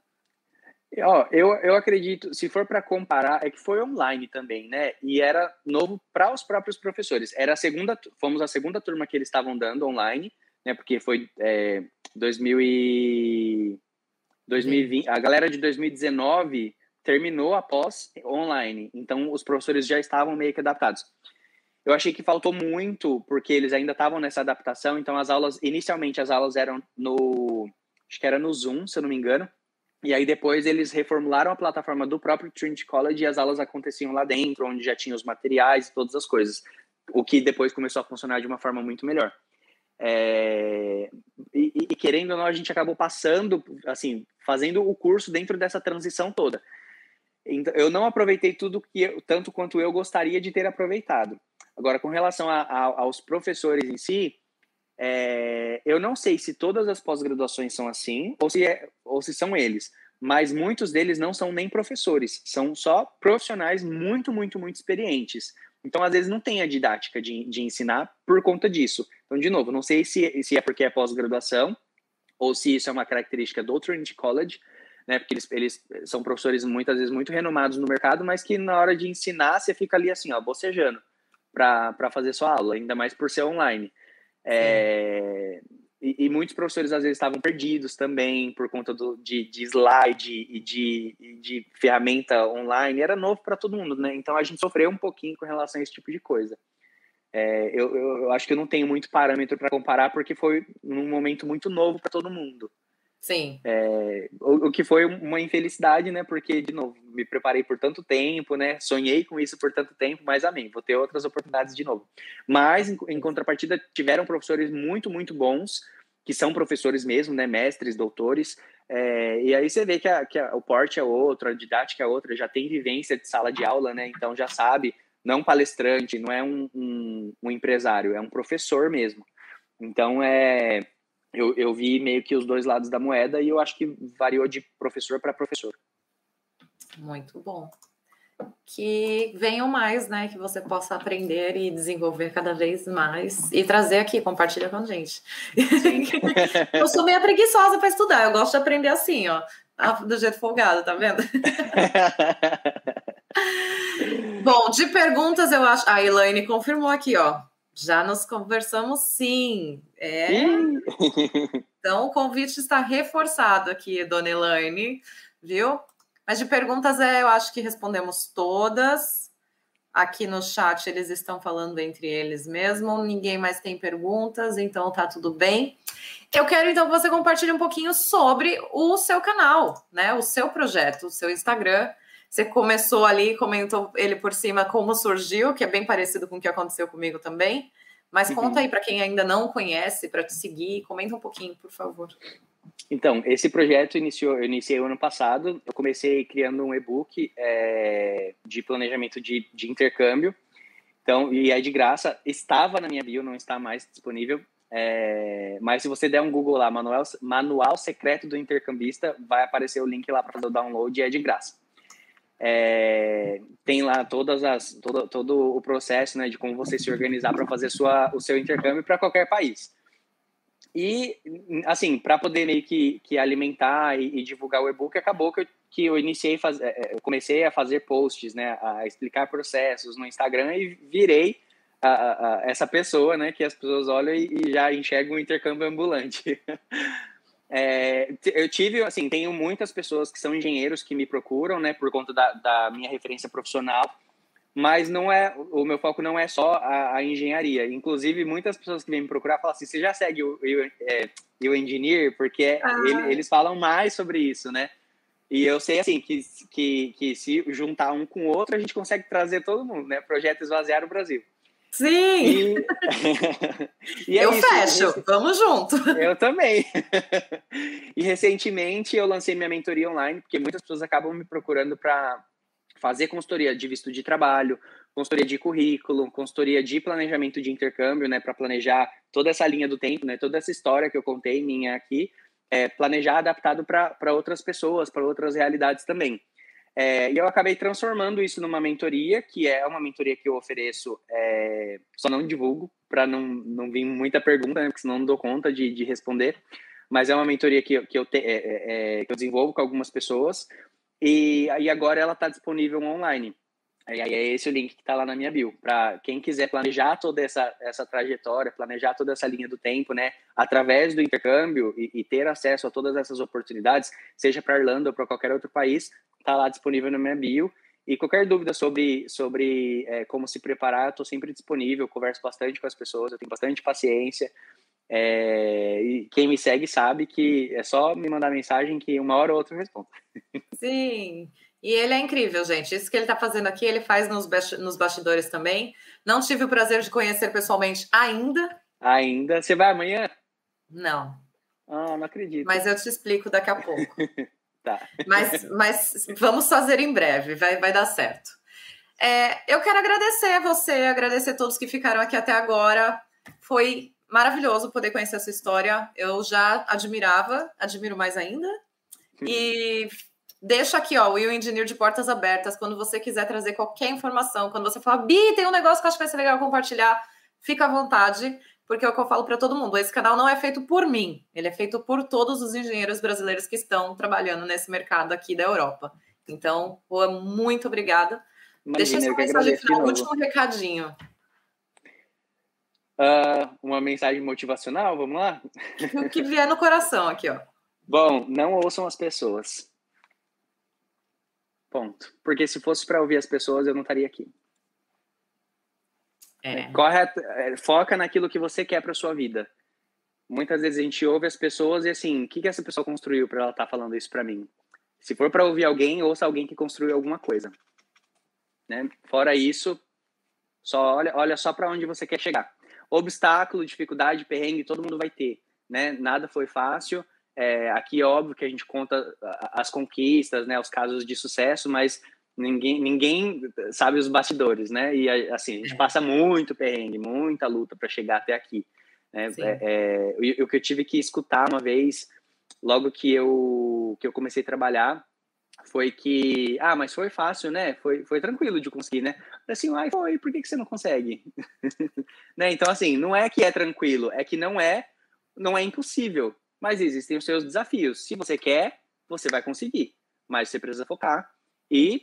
Eu acredito, se for para comparar, é que foi online também, né? E era novo para os próprios professores. Fomos a segunda turma que eles estavam dando online, né? Porque foi 2020, a galera de 2019 terminou a pós online, então os professores já estavam meio que adaptados. Eu achei que faltou muito, porque eles ainda estavam nessa adaptação, então inicialmente as aulas eram acho que era no Zoom, se eu não me engano, e aí depois eles reformularam a plataforma do próprio Trinity College e as aulas aconteciam lá dentro, onde já tinha os materiais e todas as coisas, o que depois começou a funcionar de uma forma muito melhor. E querendo ou não, a gente acabou passando, assim, fazendo o curso dentro dessa transição toda. Então, eu não aproveitei tanto quanto eu gostaria de ter aproveitado. Agora, com relação aos professores em si, eu não sei se todas as pós-graduações são assim ou se são eles, mas muitos deles não são nem professores, são só profissionais muito, muito, muito experientes. Então, às vezes, não tem a didática de ensinar por conta disso. Então, de novo, não sei se é porque é pós-graduação ou se isso é uma característica do Trinity College, né? Porque eles são professores muitas vezes muito renomados no mercado, mas que na hora de ensinar você fica ali assim, ó, bocejando para fazer sua aula, ainda mais por ser online. E muitos professores, às vezes, estavam perdidos também por conta de slide e de ferramenta online. Era novo para todo mundo, né? Então, a gente sofreu um pouquinho com relação a esse tipo de coisa. Eu acho que eu não tenho muito parâmetro para comparar, porque foi num momento muito novo para todo mundo. Sim. O que foi uma infelicidade, né? Porque, de novo, me preparei por tanto tempo, né? Sonhei com isso por tanto tempo, mas amém, vou ter outras oportunidades de novo. Mas, em contrapartida, tiveram professores muito, muito bons, que são professores mesmo, né? Mestres, doutores. E aí você vê que o porte é outro, a didática é outra, já tem vivência de sala de aula, né? Então já sabe, não é um palestrante, não é um empresário, é um professor mesmo. Então, eu vi meio que os dois lados da moeda e eu acho que variou de professor para professor. Muito bom. Que venham mais, né? Que você possa aprender e desenvolver cada vez mais e trazer aqui, compartilha com a gente. Sim. Eu sou meio preguiçosa para estudar, eu gosto de aprender assim, ó, do jeito folgado, tá vendo? Bom, de perguntas eu acho. A Elaine confirmou aqui, ó. Já nos conversamos, sim. Então, o convite está reforçado aqui, dona Elaine, viu? Mas de perguntas, eu acho que respondemos todas. Aqui no chat, eles estão falando entre eles mesmo. Ninguém mais tem perguntas, então tá tudo bem. Eu quero, então, que você compartilhe um pouquinho sobre o seu canal, né? O seu projeto, o seu Instagram. Você começou ali, comentou ele por cima como surgiu, que é bem parecido com o que aconteceu comigo também. Mas conta aí para quem ainda não conhece, para te seguir. Comenta um pouquinho, por favor. Então, esse projeto eu iniciei o ano passado. Eu comecei criando um e-book de planejamento de intercâmbio. Então, e é de graça. Estava na minha bio, não está mais disponível. Mas se você der um Google lá, Manual Secreto do Intercambista, vai aparecer o link lá para fazer o download e é de graça. Tem lá todo o processo, né, de como você se organizar para fazer o seu intercâmbio para qualquer país. E, assim, para poder meio que alimentar e divulgar o e-book, acabou que eu eu comecei a fazer posts, né, a explicar processos no Instagram e virei essa pessoa, né, que as pessoas olham e já enxergam um intercâmbio ambulante. Eu tive, assim, tenho muitas pessoas que são engenheiros que me procuram, né, por conta da minha referência profissional, mas o meu foco não é só a engenharia. Inclusive, muitas pessoas que vêm me procurar falam assim, você já segue o Engineer? Porque eles falam mais sobre isso, né? E eu sei, assim, que se juntar um com o outro, a gente consegue trazer todo mundo, né? Projeto Esvaziar o Brasil. Sim! E eu fecho, vamos junto. Eu também. E recentemente eu lancei minha mentoria online, porque muitas pessoas acabam me procurando para fazer consultoria de visto de trabalho, consultoria de currículo, consultoria de planejamento de intercâmbio, né, para planejar toda essa linha do tempo, né, toda essa história que eu contei minha aqui, planejar adaptado para outras pessoas, para outras realidades também. E eu acabei transformando isso numa mentoria, que é uma mentoria que eu ofereço, só não divulgo, para não vir muita pergunta, né, porque senão não dou conta de responder, mas é uma mentoria que eu desenvolvo com algumas pessoas, e aí agora ela está disponível online. E aí é esse o link que está lá na minha bio. Para quem quiser planejar toda essa trajetória, planejar toda essa linha do tempo, né, através do intercâmbio e ter acesso a todas essas oportunidades, seja para Irlanda ou para qualquer outro país, está lá disponível na minha bio. E qualquer dúvida sobre como se preparar, eu estou sempre disponível, converso bastante com as pessoas, eu tenho bastante paciência. E quem me segue sabe que é só me mandar mensagem que uma hora ou outra eu respondo. Sim, e ele é incrível, gente. Isso que ele está fazendo aqui, ele faz nos bastidores também. Não tive o prazer de conhecer pessoalmente ainda. Ainda? Você vai amanhã? Não. Ah, não acredito. Mas eu te explico daqui a pouco. Tá. Mas vamos fazer em breve, vai dar certo. Eu quero agradecer você, agradecer todos que ficaram aqui até agora. Foi maravilhoso poder conhecer a sua história. Eu já admiro mais ainda. E deixa aqui, ó, o Will Engineer de portas abertas. Quando você quiser trazer qualquer informação, quando você falar, Bi, tem um negócio que eu acho que vai ser legal compartilhar, fica à vontade, porque é o que eu falo para todo mundo. Esse canal não é feito por mim, ele é feito por todos os engenheiros brasileiros que estão trabalhando nesse mercado aqui da Europa. Então, muito obrigada. Imagina, deixa sua mensagem final, último recadinho. Uma mensagem motivacional, vamos lá? O que vier no coração aqui, ó. Bom, não ouçam as pessoas. Ponto. Porque se fosse para ouvir as pessoas, eu não estaria aqui. Foca naquilo que você quer para sua vida. Muitas vezes a gente ouve as pessoas e assim, o que essa pessoa construiu para ela estar falando isso para mim? Se for para ouvir alguém, ouça alguém que construiu alguma coisa. Né? Fora isso, só olha só para onde você quer chegar. Obstáculo, dificuldade, perrengue, todo mundo vai ter. Né? Nada foi fácil. Aqui é óbvio que a gente conta as conquistas, né? Os casos de sucesso, mas ninguém sabe os bastidores, né? E assim, a gente passa muito perrengue, muita luta para chegar até aqui. Né? O que eu tive que escutar uma vez, logo que eu comecei a trabalhar, foi que, mas foi fácil, né? Foi tranquilo de conseguir, né? Assim, foi, por que você não consegue? Né? Então, assim, não é que é tranquilo, é que não é impossível, mas existem os seus desafios. Se você quer, você vai conseguir, mas você precisa focar. E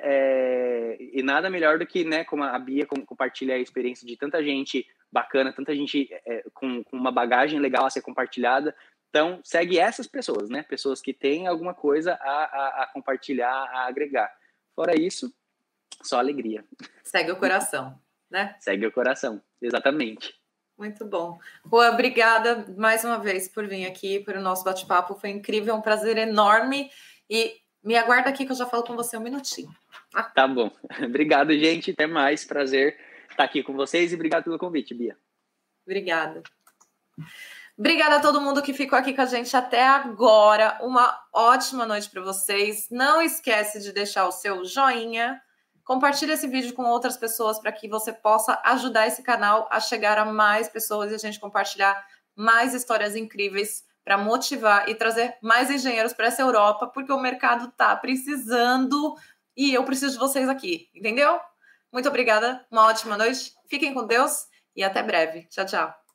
nada melhor do que, né, como a Bia compartilha a experiência de tanta gente bacana, tanta gente com uma bagagem legal a ser compartilhada. Então, segue essas pessoas, né? Pessoas que têm alguma coisa a compartilhar, a agregar. Fora isso, só alegria. Segue o coração, né? Segue o coração, exatamente. Muito bom. Rua, obrigada mais uma vez por vir aqui, por o nosso bate-papo. Foi incrível, um prazer enorme. E me aguarda aqui que eu já falo com você um minutinho. Tá bom. Obrigado, gente. Até mais. Prazer estar aqui com vocês e obrigado pelo convite, Bia. Obrigada. Obrigada a todo mundo que ficou aqui com a gente até agora. Uma ótima noite para vocês. Não esquece de deixar o seu joinha. Compartilhe esse vídeo com outras pessoas para que você possa ajudar esse canal a chegar a mais pessoas e a gente compartilhar mais histórias incríveis para motivar e trazer mais engenheiros para essa Europa, porque o mercado está precisando e eu preciso de vocês aqui, entendeu? Muito obrigada, uma ótima noite, fiquem com Deus e até breve. Tchau, tchau.